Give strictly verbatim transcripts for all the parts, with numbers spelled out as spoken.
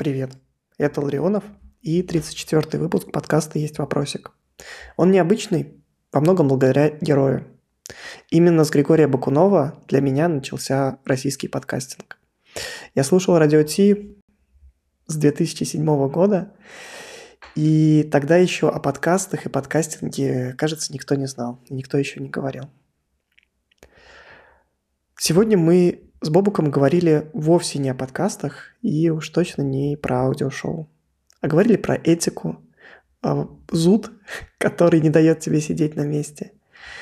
Привет, это Ларионов и тридцать четвёртый выпуск подкаста «Есть вопросик». Он необычный, во многом благодаря герою. Именно с Григория Бакунова для меня начался российский подкастинг. Я слушал Радио Ти с две тысячи седьмого года, и тогда еще о подкастах и подкастинге, кажется, никто не знал, и никто еще не говорил. Сегодня мы с Бобуком говорили вовсе не о подкастах и уж точно не про аудиошоу, а говорили про этику, зуд, который не дает тебе сидеть на месте,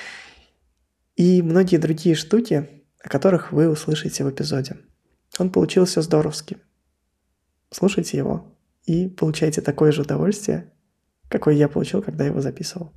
и многие другие штуки, о которых вы услышите в эпизоде. Он получился здоровски. Слушайте его и получайте такое же удовольствие, какое я получил, когда его записывал.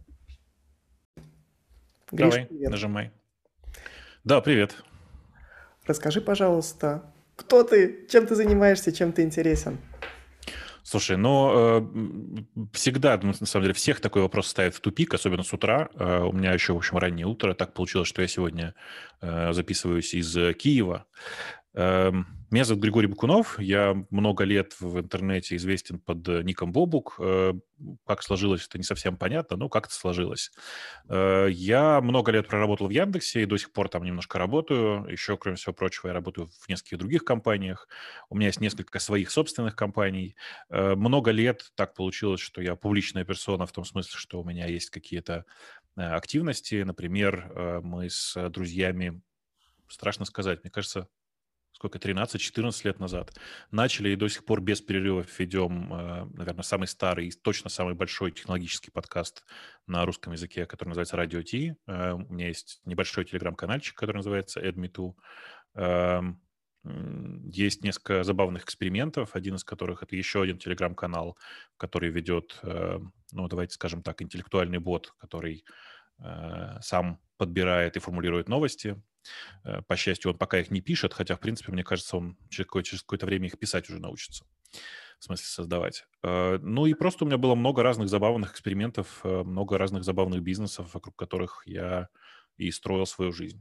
Гриш, Давай, привет. нажимай. Да, привет. Расскажи, пожалуйста, кто ты, чем ты занимаешься, чем ты интересен? Слушай, ну, э, всегда, ну, на самом деле, всех такой вопрос ставит в тупик, особенно с утра. Э, у меня еще, в общем, раннее утро. Так получилось, что я сегодня э, записываюсь из э, Киева. Э, меня зовут Григорий Бакунов. Я много лет в интернете известен под э, ником Бобук. Э, как сложилось, это не совсем понятно, но как-то сложилось. Э, я много лет проработал в Яндексе и до сих пор там немножко работаю. Еще, кроме всего прочего, я работаю в нескольких других компаниях. У меня есть несколько своих собственных компаний. Э, много лет так получилось, что я публичная персона в том смысле, что у меня есть какие-то э, активности. Например, э, мы с друзьями, страшно сказать, мне кажется, сколько, тринадцать-четырнадцать лет назад, начали и до сих пор без перерывов ведем, э, наверное, самый старый и точно самый большой технологический подкаст на русском языке, который называется «Радио Ти». Э, У меня есть небольшой телеграм-канальчик, который называется Add Me To. Эм, м, Есть несколько забавных экспериментов, один из которых это еще один телеграм-канал, который ведет, э, ну, давайте скажем так, интеллектуальный бот, который э, сам подбирает и формулирует новости. Э, По счастью, он пока их не пишет, хотя, в принципе, мне кажется, он через какое- через какое-то время их писать уже научится. В смысле создавать. Э, Ну и просто у меня было много разных забавных экспериментов, э, много разных забавных бизнесов, вокруг которых я и строил свою жизнь.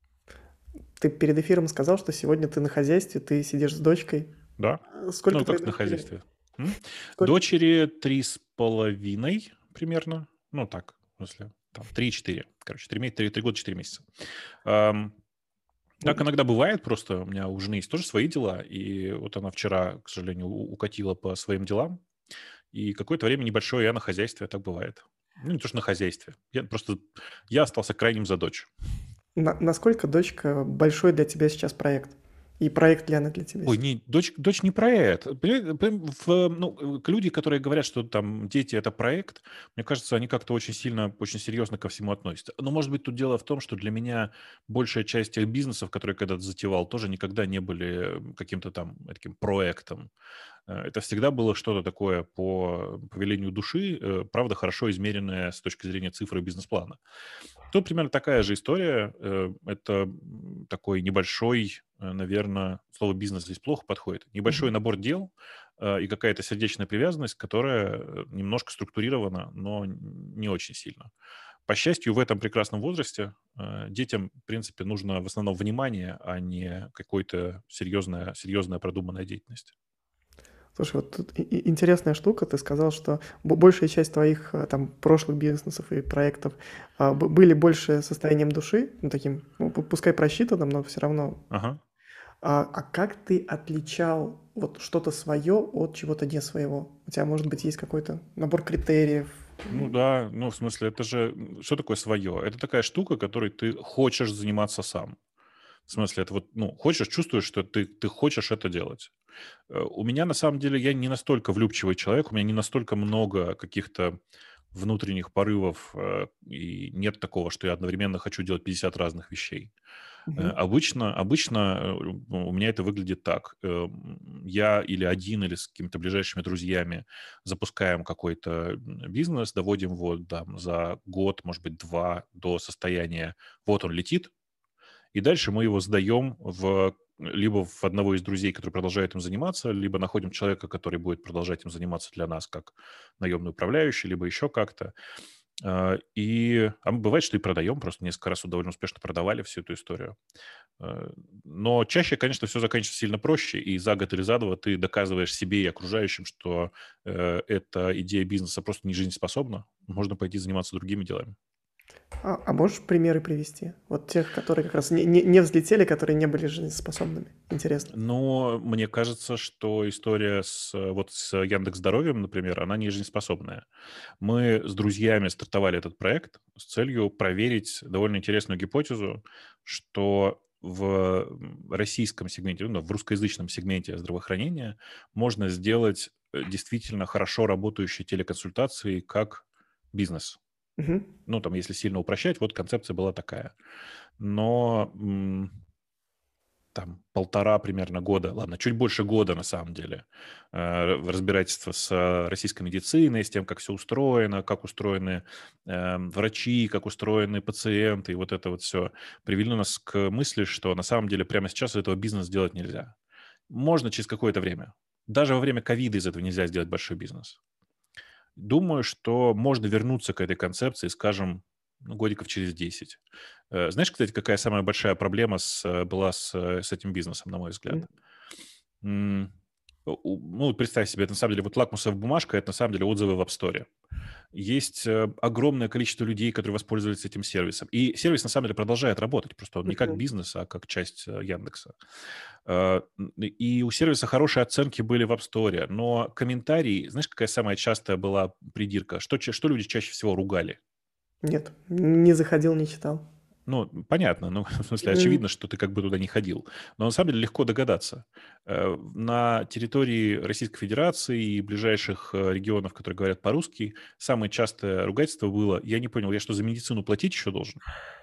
Ты перед эфиром сказал, что сегодня ты на хозяйстве, ты сидишь с дочкой. Да. Сколько Ну, твоей как на дочери? хозяйстве. М? Сколько? Дочери три с половиной примерно. Ну, так, в смысле, там, три-четыре. Короче, три, три, три года, четыре месяца. Ам, Так иногда бывает просто. У меня у жены есть тоже свои дела. И вот она вчера, к сожалению, у- укатила по своим делам. И какое-то время небольшое я на хозяйстве. Так бывает. Ну, не то, что на хозяйстве. Я просто... Я остался крайним за дочь. На- насколько дочка большой для тебя сейчас проект? И проект ли она для тебя Ой, сейчас? не, дочь, дочь не проект. Понимаете, прям в, ну, к- люди, которые говорят, что там дети– это проект, мне кажется, они как-то очень сильно, очень серьезно ко всему относятся. Но, может быть, тут дело в том, что для меня большая часть тех бизнесов, которые я когда-то затевал, тоже никогда не были каким-то там таким проектом. Э, Это всегда было что-то такое по повелению души, э, правда, хорошо измеренное с точки зрения цифры бизнес-плана. Тут примерно такая же история. Э, Это м, такой небольшой, наверное, слово «бизнес» здесь плохо подходит, небольшой Мгм. набор дел э, и какая-то сердечная привязанность, которая э, немножко структурирована, но н- не очень сильно. По счастью, в этом прекрасном возрасте э, детям, в принципе, нужно в основном внимание, а не какой-то серьезная, серьезная продуманная деятельность. Слушай, вот тут и- и интересная штука. Ты сказал, что бо- большая часть твоих а, там прошлых бизнесов и проектов а, б- были больше состоянием души, ну таким, ну, пу- пускай просчитанным, но все равно. Ага. А, а как ты отличал вот что-то свое от чего-то не своего? У тебя, может быть, есть какой-то набор критериев? Ну да, ну в смысле, это же, м, что такое свое? Это такая штука, которой ты хочешь заниматься сам. В смысле, это вот, ну, хочешь, чувствуешь, что ты, ты хочешь это делать. Э, У меня, на самом деле, я не настолько влюбчивый человек, у меня не настолько много каких-то внутренних порывов, э, и нет такого, что я одновременно хочу делать пятьдесят разных вещей. Э, Мгм. Обычно, обычно э, у меня это выглядит так. Э, м, Я или один, или с какими-то ближайшими друзьями запускаем какой-то м, бизнес, доводим его там, за год, может быть, два до состояния «вот он летит», и дальше мы его сдаем в либо в одного из друзей, который продолжает им заниматься, либо находим человека, который будет продолжать им заниматься для нас как наемный управляющий, либо еще как-то. А, И а бывает, что и продаем, просто несколько раз довольно успешно продавали всю эту историю. Э, Но чаще, конечно, все заканчивается сильно проще, и за год или за два ты доказываешь себе и окружающим, что э, эта идея бизнеса просто не жизнеспособна, можно пойти заниматься другими делами. А, а можешь примеры привести? Вот тех, которые как раз не, не, не взлетели, которые не были жизнеспособными. Интересно. Но мне кажется, что история с, э, вот с Яндекс Здоровьем, например, она не жизнеспособная. Мы с друзьями стартовали этот проект с целью проверить довольно интересную гипотезу, что в м, российском сегменте, ну, в русскоязычном сегменте здравоохранения можно сделать э, действительно хорошо работающие телеконсультации как бизнес. Мгм. Ну, там, если сильно упрощать, вот концепция была такая. Но м, там полтора примерно года, ладно, чуть больше года на самом деле, э, в разбирательство с э, российской медициной, с тем, как все устроено, как устроены э, врачи, как устроены пациенты, и вот это вот все привели нас к мысли, что на самом деле прямо сейчас этого бизнес сделать нельзя. Можно через какое-то время. Даже во время ковида из этого нельзя сделать большой бизнес. Думаю, что можно вернуться к этой концепции, скажем, ну, годиков через десять. Э, Знаешь, кстати, какая самая большая проблема с, э, была с, э, с этим бизнесом, на мой взгляд? М. М, у- Ну, представь себе, это на самом деле вот лакмусовая бумажка, это на самом деле отзывы в App Store. Есть э, огромное количество людей, которые воспользовались этим сервисом. И сервис на самом деле продолжает работать, просто он не как Мгм. бизнес, а как часть э, Яндекса. Э, н- И у сервиса хорошие оценки были в App Store, но комментарии, знаешь, какая самая частая была придирка? Что, ча- что люди чаще всего ругали? Нет, не заходил, не читал. Ну, понятно, ну, в смысле, М. очевидно, что ты как бы туда не ходил. Но на самом деле легко догадаться. Э, На территории Российской Федерации и ближайших э, регионов, которые говорят по-русски, самое частое ругательство было: «Я не понял, я что, за медицину платить еще должен?»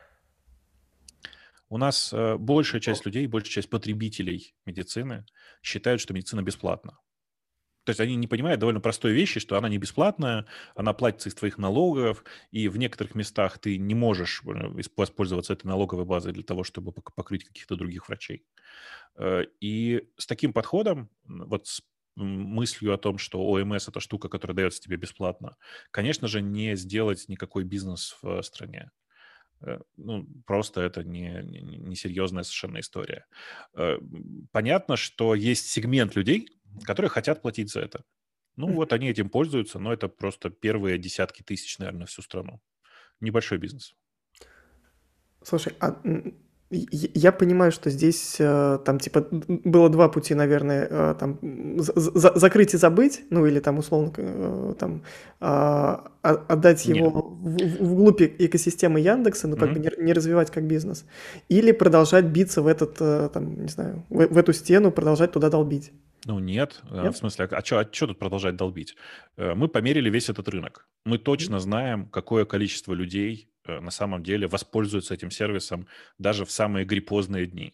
У нас э, большая часть людей, большая часть потребителей медицины считают, что медицина бесплатна. То есть они не понимают довольно простой вещи, что она не бесплатная, она платится из твоих налогов, и в некоторых местах ты не можешь э, исп- воспользоваться этой налоговой базой для того, чтобы пок- покрыть каких-то других врачей. Э, И с таким подходом, м, вот с м, мыслью о том, что О М С– это штука, которая дается тебе бесплатно, конечно же, не сделать никакой бизнес в стране. Э, Ну, просто это не, не, не серьезная совершенно история. Э, м, Понятно, что есть сегмент людей, которые хотят платить за это. Ну, вот они этим пользуются, но это просто первые десятки тысяч, наверное, на всю страну. Небольшой бизнес. Слушай, а м, я я понимаю, что здесь э, там типа м, было два пути, наверное, э, там м, за- за- закрыть и забыть, ну или там условно э, там а, а- отдать его Не. в- в- вглубь э- экосистемы Яндекса, но как бы Мгм. не, не развивать как бизнес, или продолжать биться в этот э, там не знаю в, в эту стену, продолжать туда долбить. Ну, нет. Э, В Нет? смысле, а что тут продолжать долбить? Э, Мы померили весь этот рынок. Мы Мгм. точно знаем, какое количество людей э, на самом деле воспользуются этим сервисом даже в самые гриппозные дни.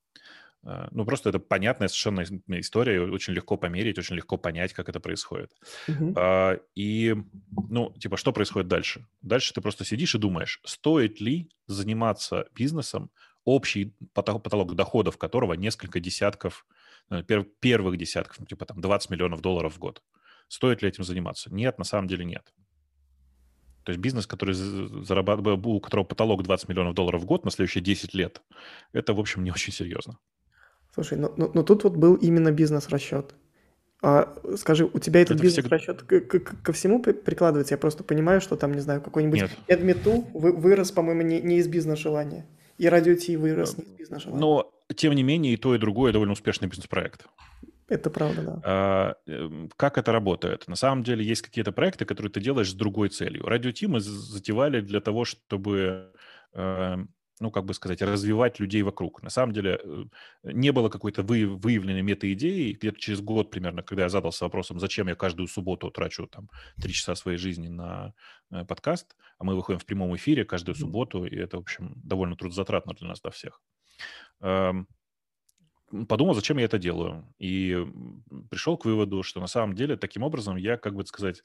Э, Ну, просто это понятная совершенно ис- история, и очень легко померить, очень легко понять, как это происходит. Мгм. А, И, ну, типа, что происходит дальше? Дальше ты просто сидишь и думаешь, стоит ли заниматься бизнесом, общий потолок, потолок доходов которого несколько десятков, э, пер- первых десятков, ну, типа там двадцать миллионов долларов в год. Стоит ли этим заниматься? Нет, на самом деле нет. То есть бизнес, который з- зарабатывает, у которого потолок двадцать миллионов долларов в год на следующие десять лет, это, в общем, не очень серьезно. Слушай, ну, ну, ну тут вот был именно бизнес-расчет. А скажи, у тебя этот Это всегда... бизнес-расчет к- к- к- ко всему при- прикладывается? Я просто понимаю, что там, не знаю, какой-нибудь Нет. Эдмиту вы- вырос, по-моему, не, не из бизнес-желания. И Радио Ти вырос не из бизнес-желания. Но, тем не менее, и то, и другое довольно успешный бизнес-проект. Это правда, да. А, эм, Как это работает? На самом деле есть какие-то проекты, которые ты делаешь с другой целью. Радио Ти мы з- затевали для того, чтобы, э, ну, как бы сказать, развивать людей вокруг. На самом деле э, не было какой-то вы- выявленной мета-идеи. Где-то через год примерно, когда я задался вопросом, зачем я каждую субботу трачу там три часа своей жизни на э, подкаст, а мы выходим в прямом эфире каждую Мгм. субботу, и это, в общем, довольно трудозатратно для нас, до всех. Эм, Подумал, зачем я это делаю. И м, пришел к выводу, что на самом деле таким образом я, как бы сказать,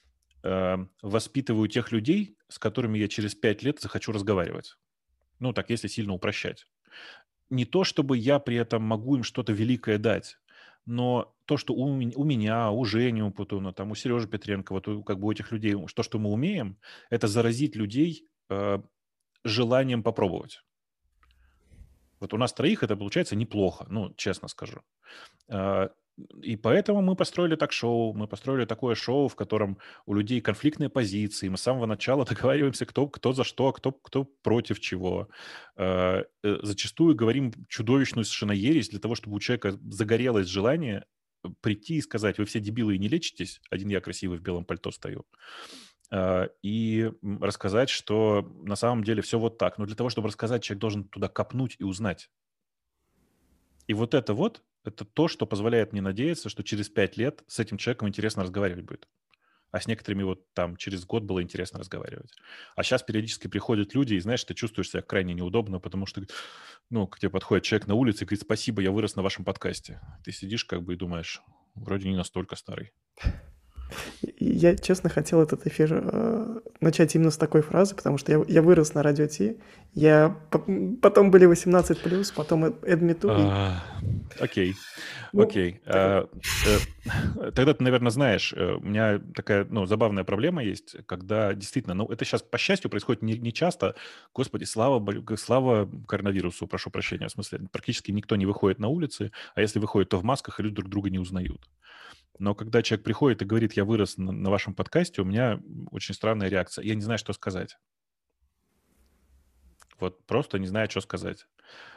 э, воспитываю тех людей, с которыми я через пять лет захочу разговаривать. Ну, так, если сильно упрощать. Не то, чтобы я при этом могу им что-то великое дать. Но то, что у, ме- у меня, у Жени Путуна, там, у Сережи Петренко, вот у- как бы у этих людей, то, что мы умеем, это заразить людей э, желанием попробовать. Вот у нас троих это получается неплохо, ну, честно скажу. А, И поэтому мы построили так-шоу, мы построили такое шоу, в котором у людей конфликтные позиции, мы с самого начала договариваемся, кто, кто за что, кто, кто против чего. А, э, Зачастую говорим чудовищную совершенно ересь для того, чтобы у человека загорелось желание э, прийти и сказать: вы все дебилы и не лечитесь, один я красивый в белом пальто стою, а, и м, рассказать, что на самом деле все вот так. Но для того, чтобы рассказать, человек должен туда копнуть и узнать. И вот это вот, это то, что позволяет мне надеяться, что через пять лет с этим человеком интересно разговаривать будет. А с некоторыми вот там через год было интересно разговаривать. А сейчас периодически приходят люди, и, знаешь, ты чувствуешь себя крайне неудобно, потому что, ну, к тебе подходит человек на улице и говорит: спасибо, я вырос на вашем подкасте. Ты сидишь как бы и думаешь: вроде не настолько старый. И я, честно, хотел этот эфир э, начать именно с такой фразы, потому что я, я вырос на Радио Ти, я, по- потом были восемнадцать плюс, потом Эдмиту, и, А, Окей, ну, окей. такой. А, э, Тогда ты, наверное, знаешь, э, у меня такая, ну, забавная проблема есть, когда действительно, ну, это сейчас, по счастью, происходит не, не часто. Господи, слава, бо- слава коронавирусу, прошу прощения, в смысле, практически никто не выходит на улицы, а если выходит, то в масках, и люди друг друга не узнают. Но когда человек приходит и говорит: я вырос на, на вашем подкасте, у меня очень странная реакция. Я не знаю, что сказать. Вот просто не знаю, что сказать.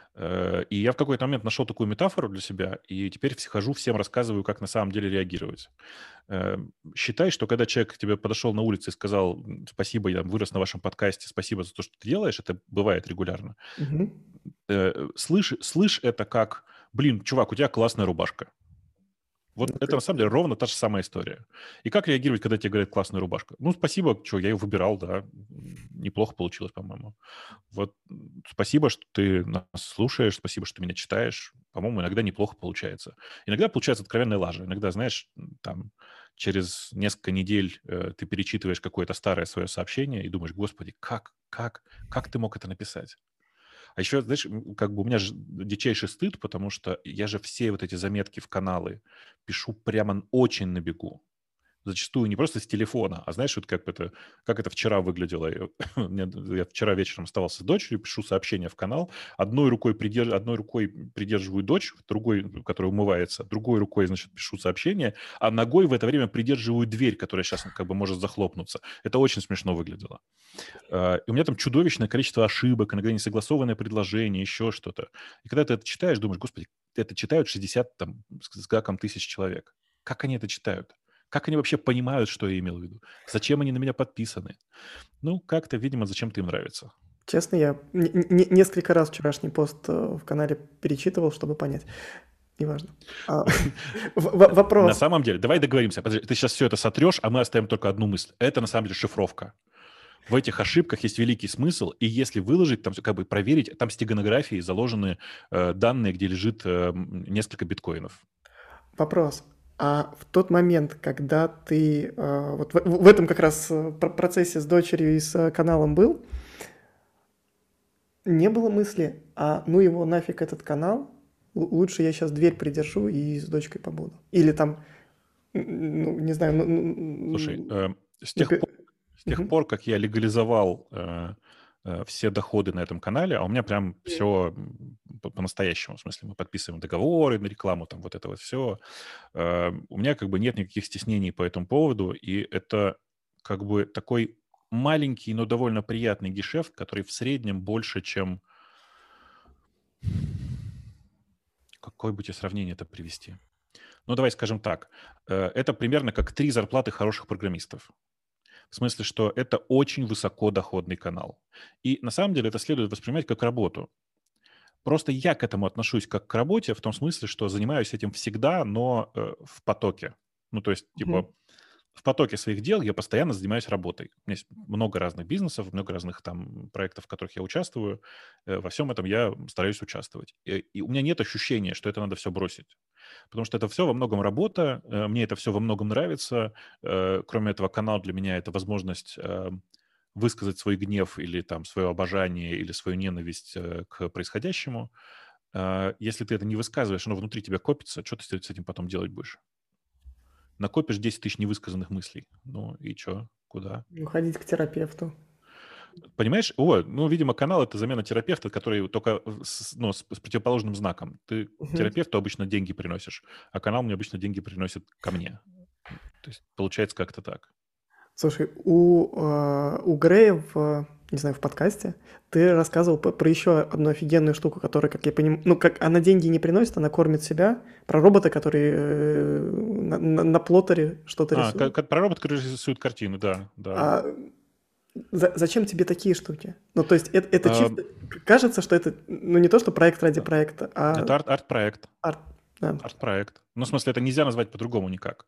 Э, И я в какой-то момент нашел такую метафору для себя, и теперь вс- хожу, всем рассказываю, как на самом деле реагировать. Э, Считай, что когда человек к тебе подошел на улице и сказал: м, спасибо, я там вырос на вашем подкасте, спасибо за то, что ты делаешь, это бывает регулярно. Мгм. Э, Слышь, слышь это как: блин, чувак, у тебя классная рубашка. Вот Ну, это на ты- самом деле ровно та же самая история. И как реагировать, когда тебе говорят: классная рубашка? Ну, спасибо, что я ее выбирал, да, м, неплохо получилось, по-моему. Вот м, спасибо, что ты нас слушаешь, спасибо, что ты меня читаешь. По-моему, иногда неплохо получается. Иногда получается откровенная лажа. Иногда, знаешь, м, там через несколько недель э, ты перечитываешь какое-то старое свое сообщение и думаешь: господи, как, как, как ты мог это написать? А еще, знаешь, м, как бы у меня же дичайший стыд, потому что я же все вот эти заметки в каналы пишу прямо очень на бегу. Зачастую не просто с телефона, а знаешь, вот как это, как это вчера выглядело. Я мне- я вчера вечером оставался с дочерью, пишу сообщение в канал, одной рукой, придерж... одной рукой придерживаю дочь, другой, которая умывается, другой рукой, значит, пишу сообщение, а ногой в это время придерживаю дверь, которая сейчас как бы может захлопнуться. Это очень смешно выглядело. А, И у меня там чудовищное количество ошибок, иногда несогласованное предложение, еще что-то. И когда ты это читаешь, думаешь: господи, это читают шестьдесят там, с с гаком тысяч человек. Как они это читают? Как они вообще понимают, что я имел в виду? Зачем они на меня подписаны? Ну, как-то, видимо, зачем-то им нравится. Честно, я не- не- несколько раз вчерашний пост э, в канале перечитывал, чтобы понять. Неважно. А, в- в- На вопрос. самом деле, давай договоримся. Подожди, ты сейчас все это сотрешь, а мы оставим только одну мысль. Это на самом деле шифровка. В этих ошибках есть великий смысл, и если выложить, там как бы проверить, там стеганографии заложены э, данные, где лежит э, м, несколько биткоинов. Вопрос. А в тот момент, когда ты э, вот в, в этом как раз э, про- процессе с дочерью и с э, каналом был, не было мысли: а ну его нафиг этот канал, л- лучше я сейчас дверь придержу и с дочкой побуду. Или там, м, ну, не знаю, ну, Слушай, ну, э, с тех пор, напи- с тех Мгм. пор, как я легализовал э, э, все доходы на этом канале, а у меня прям все по-настоящему, в смысле, мы подписываем договоры на рекламу, там вот это вот все, у меня как бы нет никаких стеснений по этому поводу, и это как бы такой маленький, но довольно приятный гешефт, который в среднем больше, чем... Какое бы тебе сравнение это привести? Ну, давай скажем так. э, Это примерно как три зарплаты хороших программистов. В смысле, что это очень высокодоходный канал. И на самом деле это следует воспринимать как работу. Просто я к этому отношусь как к работе в том смысле, что занимаюсь этим всегда, но э, в потоке. Ну, то есть, Мгм. типа, в потоке своих дел я постоянно занимаюсь работой. У меня есть много разных бизнесов, много разных там проектов, в которых я участвую. Э, Во всем этом я стараюсь участвовать. И, и у меня нет ощущения, что это надо все бросить. Потому что это все во многом работа, э, мне это все во многом нравится. Э, Кроме этого, канал для меня — это возможность э, высказать свой гнев или там свое обожание или свою ненависть э, к происходящему. а, если ты это не высказываешь, оно внутри тебя копится, что ты с с этим потом делать будешь? Накопишь десять тысяч невысказанных мыслей. Ну и чё? Куда? Ну, ходить к терапевту. Понимаешь? О, ну, видимо, канал — это замена терапевта, который только в с ну, с с противоположным знаком. Ты Мгм. терапевту обычно деньги приносишь, а канал мне обычно деньги приносит ко мне. М, то есть получается как-то так. Слушай, у, а, у Грея в, не знаю, в подкасте ты рассказывал п- про еще одну офигенную штуку, которая, как я понимаю, ну, как она деньги не приносит, она кормит себя, про робота, который э, на, на- на плоттере что-то А, ка рисует. ка про робота, который рисует картины, да, да. А за- зачем тебе такие штуки? Ну, то есть это, это Ам, чисто, кажется, что это, ну, не то, что проект ради а, проекта, а это арт арт-проект. арт. Да. Арт-проект. Ну, в смысле, это нельзя назвать по-другому никак.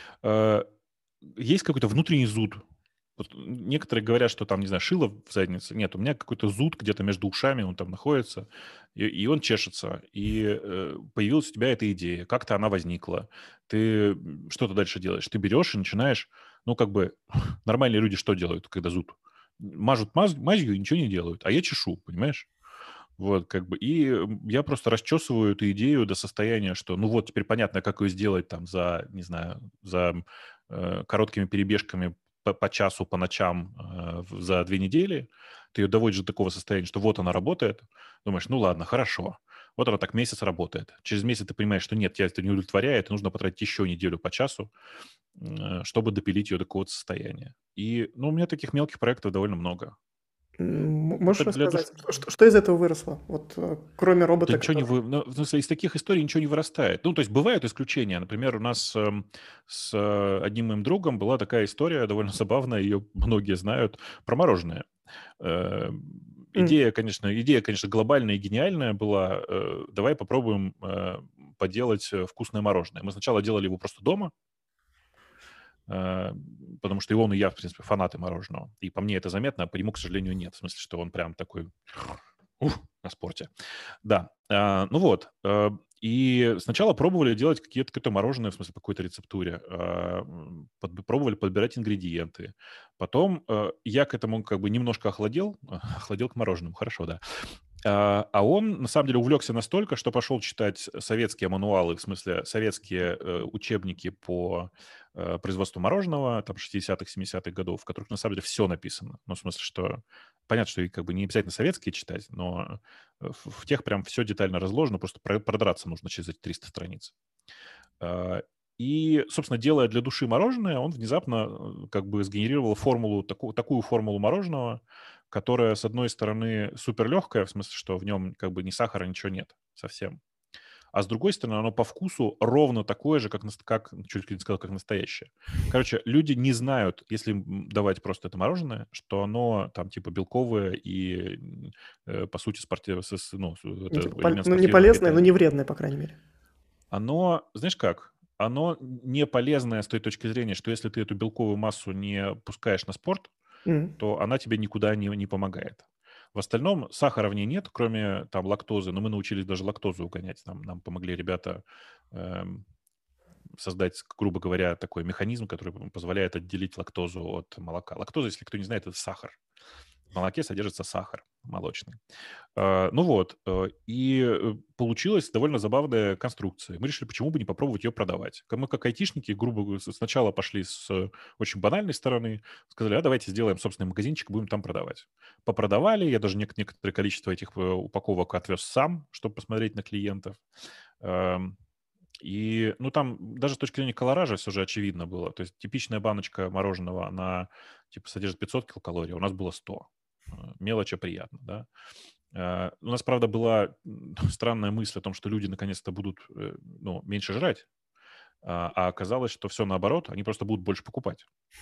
Э, есть какой-то внутренний зуд. Вот некоторые говорят, что там, не знаю, шило в заднице. Нет, у меня какой-то зуд где-то между ушами, он там находится, и, и он чешется. И э, появилась у тебя эта идея, как-то она возникла. Ты м, что-то дальше делаешь? Ты берешь и начинаешь, ну, как бы, нормальные люди что делают, когда зуд? Мажут маз- мазью и ничего не делают, а я чешу, понимаешь? Вот, как бы, и м, я просто расчесываю эту идею до состояния, что, ну вот, теперь понятно, как ее сделать там за, не знаю, за э, короткими перебежками по, по часу по ночам э, в- за две недели. Ты ее доводишь до такого состояния, что вот она работает. Думаешь, ну ладно, хорошо. Вот она так месяц работает. Через месяц ты понимаешь, что нет, тебя это не удовлетворяет, и нужно потратить еще неделю по часу, м, э, чтобы допилить ее до какого-то состояния. И, ну, у меня таких мелких проектов довольно много. М, Это Можешь для душ... рассказать, что, что- что из этого выросло? Вот э, кроме Да робота, ничего не который... вы... ну, в смысле, из таких историй ничего не вырастает. Ну, то есть бывают исключения. Например, у нас эм, с э, одним моим другом была такая история, довольно забавная, ее многие знают, про мороженое. Э, М, Идея, конечно, идея, конечно, глобальная и гениальная была. э, Давай попробуем э, поделать э, вкусное мороженое. Мы сначала делали его просто дома, э, потому что и он, и я, в принципе, фанаты мороженого. И по мне это заметно, а по нему, к сожалению, нет. В смысле, что он прям такой ух, на спорте. Да, а, ну вот, э, и сначала пробовали делать какие-то какое-то мороженое, в смысле, по какой-то рецептуре, а, м, подб пробовали подбирать ингредиенты. Потом, э, я к этому как бы немножко охладел, охладел к мороженому, хорошо, да. А, а он, на самом деле, увлекся настолько, что пошел читать советские мануалы, в смысле, советские э, учебники по э, производству мороженого, там, шестидесятых, семидесятых годов, в которых, на самом деле, все написано. Ну, в смысле, что понятно, что и как бы не обязательно советские читать, но э, в, в тех прям все детально разложено, просто про- продраться нужно через эти триста страниц. А, И, собственно, делая для души мороженое, он внезапно э, как бы сгенерировал формулу, такую, такую формулу мороженого, которая, с одной стороны, супер легкая, в смысле, что в нем как бы ни сахара, ничего нет совсем. А с другой стороны, оно по вкусу ровно такое же, как, нас- как чуть ли не сказал, как настоящее. Короче, люди не знают, если им давать просто это мороженое, что оно там типа белковое и, м, э, по сути, спорти- с- с- ну, с- ну, это типа, пол- элемент ну, не спортивного полезное, но не питания. вредное, по крайней мере. Оно, знаешь как, оно не полезное с той точки зрения, что если ты эту белковую массу не пускаешь на спорт, М. то она тебе никуда не, не помогает. В остальном сахара в ней нет, кроме там лактозы, но мы научились даже лактозу угонять. Нам, нам помогли ребята эм, создать, грубо говоря, такой механизм, который позволяет отделить лактозу от молока. Лактоза, если кто не знает, это сахар. В молоке содержится сахар молочный. А, Ну вот, э, и э, получилась довольно забавная конструкция. Мы решили, почему бы не попробовать ее продавать. Ка- Мы как айтишники, грубо говоря, с- сначала пошли с э, очень банальной стороны, сказали, а давайте сделаем собственный магазинчик, будем там продавать. Попродавали, я даже нек- некоторое количество этих э, упаковок отвез сам, чтобы посмотреть на клиентов. Эм, И, ну, там даже с точки зрения колоража все же очевидно было. То есть типичная баночка мороженого, она, типа, содержит пятьсот килокалорий, а у нас было сто. Э, Мелочь, а приятно, да. Э, У нас, правда, была м, странная мысль о том, что люди наконец-то будут э, ну, меньше жрать, а а оказалось, что все наоборот, они просто будут больше покупать.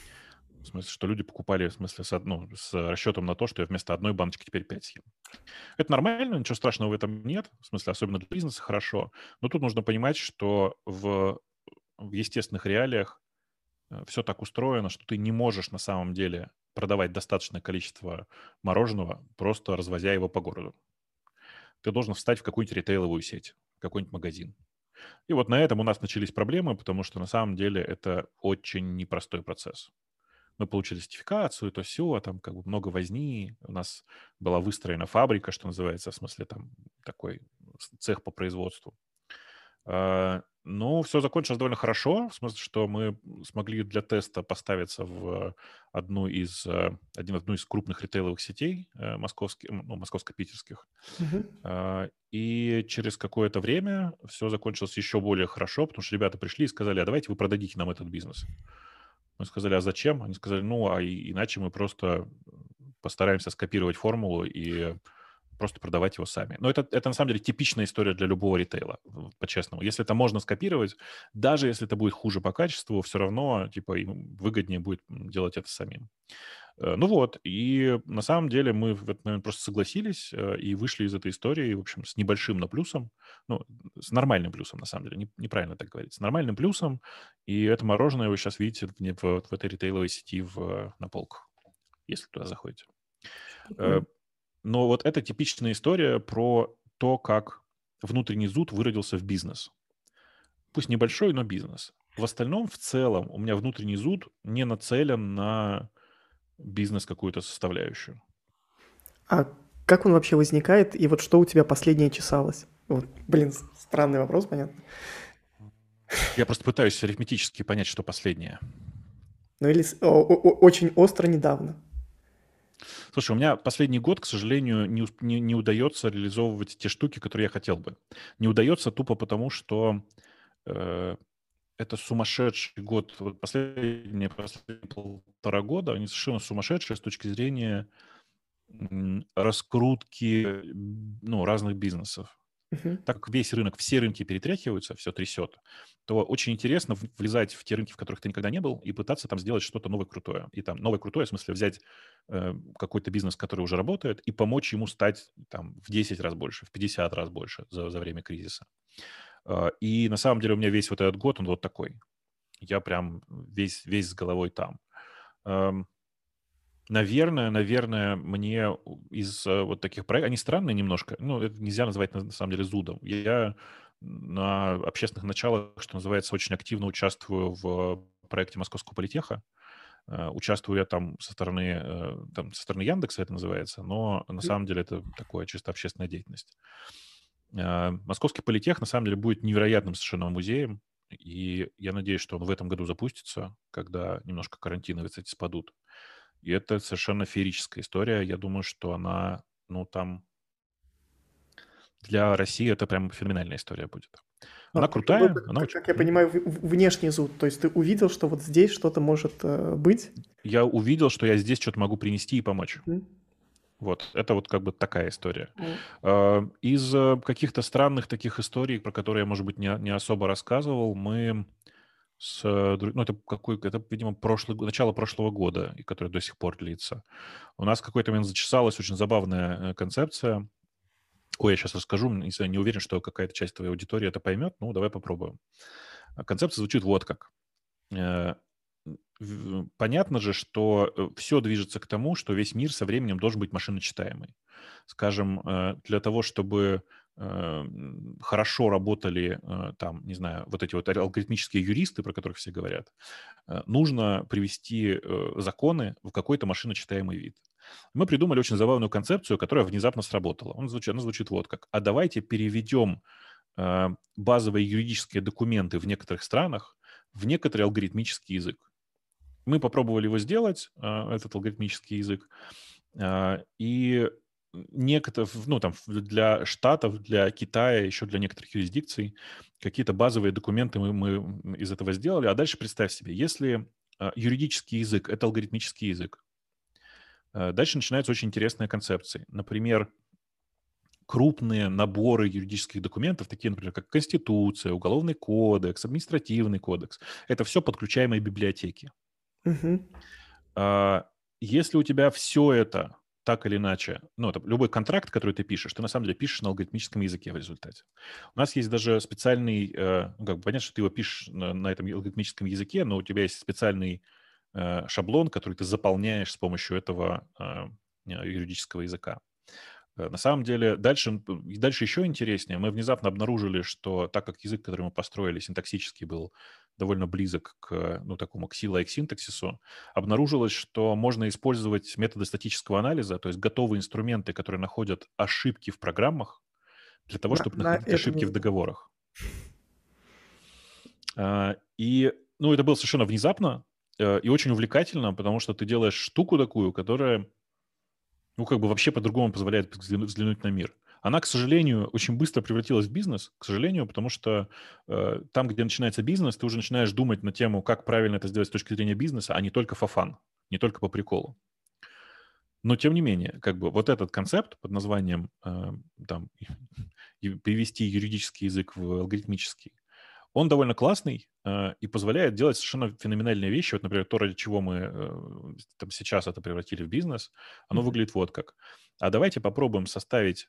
В смысле, что люди покупали, в смысле, с, од- ну, с расчетом на то, что я вместо одной баночки теперь пять съем. Это нормально, ничего страшного в этом нет, в смысле, особенно для бизнеса хорошо, но тут нужно понимать, что в, в естественных реалиях все так устроено, что ты не можешь на самом деле продавать достаточное количество мороженого, просто развозя его по городу. Ты должен встать в какую-нибудь ритейловую сеть, в какой-нибудь магазин. И вот на этом у нас начались проблемы, потому что на самом деле это очень непростой процесс. Мы получили сертификацию, то все, там как бы много возни. У нас была выстроена фабрика, что называется, в смысле там такой цех по производству. А, Но все закончилось довольно хорошо, в смысле, что мы смогли для теста поставиться в одну из, э, один, одну из крупных ритейловых сетей э, московских, ну, московско-питерских. Мгм. А, И через какое-то время все закончилось еще более хорошо, потому что ребята пришли и сказали, а давайте вы продадите нам этот бизнес. Мы сказали, а зачем? Они сказали, ну, а и- иначе мы просто постараемся скопировать формулу и просто продавать его сами. Но это, это на самом деле типичная история для любого ритейла, в- по-честному. Если это можно скопировать, даже если это будет хуже по качеству, все равно типа им выгоднее будет м, делать это самим. Э, Ну вот, и на самом деле мы в этот момент просто согласились э, и вышли из этой истории, в общем, с небольшим, но плюсом, ну, с нормальным плюсом, на самом деле, не- неправильно так говорить, с нормальным плюсом, и это мороженое вы сейчас видите в, не- в, в этой ритейловой сети в, на полках, если туда заходите. Очень Э, прикольно. Но вот это типичная история про то, как внутренний зуд выродился в бизнес. Пусть небольшой, но бизнес. В остальном, в целом, у меня внутренний зуд не нацелен на бизнес какую-то составляющую. А как он вообще возникает, и вот что у тебя последнее чесалось? Вот, блин, с- странный вопрос, понятно. Я просто пытаюсь арифметически понять, что последнее. Ну или с- о- о- о- очень остро недавно. Слушай, у меня последний год, к сожалению, не, усп- не, не удается реализовывать те штуки, которые я хотел бы. Не удается тупо потому, что э, это сумасшедший год. Вот последние, последние полтора года, они совершенно сумасшедшие с точки зрения м, раскрутки м, ну, разных бизнесов. Мгм. Так как весь рынок, все рынки перетряхиваются, все трясет, то очень интересно в- влезать в те рынки, в которых ты никогда не был, и пытаться там сделать что-то новое крутое. И там новое крутое, в смысле взять э, какой-то бизнес, который уже работает, и помочь ему стать там в десять раз больше, в пятьдесят раз больше за, за время кризиса. А, И на самом деле у меня весь вот этот год, он вот такой. Я прям весь, весь с головой там. Эм, Наверное, наверное, мне у- из э, вот таких проектов, они странные немножко, ну, это нельзя назвать на, на самом деле зудом. Я на общественных началах, что называется, очень активно участвую в проекте Московского политеха. Э, Участвую я там со стороны, э, там, со стороны Яндекса это называется, но на Мгм. самом деле это такое чисто общественная деятельность. Э, Московский политех на самом деле будет невероятным совершенно музеем, и я надеюсь, что он в этом году запустится, когда немножко карантины, кстати, спадут. И это совершенно феерическая история. Я думаю, что она, ну, там для России это прям феноменальная история будет. А, Она то есть это был, крутая, как, она как- очень... как я М? понимаю, в- в- внешний зуд. То есть ты увидел, что вот здесь что-то может э, быть. Я увидел, что я здесь что-то могу принести и помочь. Мгм. Вот, это вот как бы такая история. М. А, Из э, каких-то странных таких историй, про которые я, может быть, не, не особо рассказывал, мы с... э, дру- Ну, это какой... Это, видимо, прошлый... г- начало прошлого года, и который до сих пор длится. У нас в какой-то момент зачесалась очень забавная э, концепция. Ой, я сейчас расскажу, не знаю, не уверен, что какая-то часть твоей аудитории это поймет, ну, давай попробуем. А Концепция звучит вот как. Э, в- Понятно же, что все движется к тому, что весь мир со временем должен быть машиночитаемый. Скажем, э, для того, чтобы э, м, хорошо работали э, там, не знаю, вот эти вот алгоритмические юристы, про которых все говорят, э, нужно привести э, законы в какой-то машиночитаемый вид. Мы придумали очень забавную концепцию, которая внезапно сработала. Он звучит, она звучит вот как. А давайте переведем э, базовые юридические документы в некоторых странах в некоторый алгоритмический язык. Мы попробовали его сделать, э, этот алгоритмический язык, э, и некоторые, ну, там, в- для Штатов, для Китая, еще для некоторых юрисдикций какие-то базовые документы мы, мы из этого сделали. А дальше представь себе, если э, юридический язык– это алгоритмический язык, э, дальше начинаются очень интересные концепции. Например, крупные наборы юридических документов, такие, например, как Конституция, Уголовный кодекс, Административный кодекс. Это все подключаемые библиотеки. Мгм. А, Если у тебя все это так или иначе, ну, это любой контракт, который ты пишешь, ты на самом деле пишешь на алгоритмическом языке в результате. У нас есть даже специальный, э, ну, как бы понятно, что ты его пишешь на, на этом алгоритмическом языке, но у тебя есть специальный э, шаблон, который ты заполняешь с помощью этого э, юридического языка. Э, На самом деле, дальше, м, и дальше еще интереснее. Мы внезапно обнаружили, что так как язык, который мы построили, синтаксически был довольно близок к, ну, такому к C-like синтаксису, обнаружилось, что можно использовать методы статического анализа, то есть готовые инструменты, которые находят ошибки в программах, для того, На, чтобы на находить этом ошибки в языке. договорах. А, И, ну, это было совершенно внезапно э, и очень увлекательно, потому что ты делаешь штуку такую, которая, ну, как бы вообще по-другому позволяет взгляну- взглянуть на мир. Она, к сожалению, очень быстро превратилась в бизнес, к сожалению, потому что э, там, где начинается бизнес, ты уже начинаешь думать на тему, как правильно это сделать с точки зрения бизнеса, а не только for fun, не только по приколу. Но, тем не менее, как бы вот этот концепт под названием э, там, и перевести юридический язык в алгоритмический, он довольно классный э, и позволяет делать совершенно феноменальные вещи. Вот, например, то, ради чего мы э, там сейчас это превратили в бизнес, оно Мгм. выглядит вот как. А давайте попробуем составить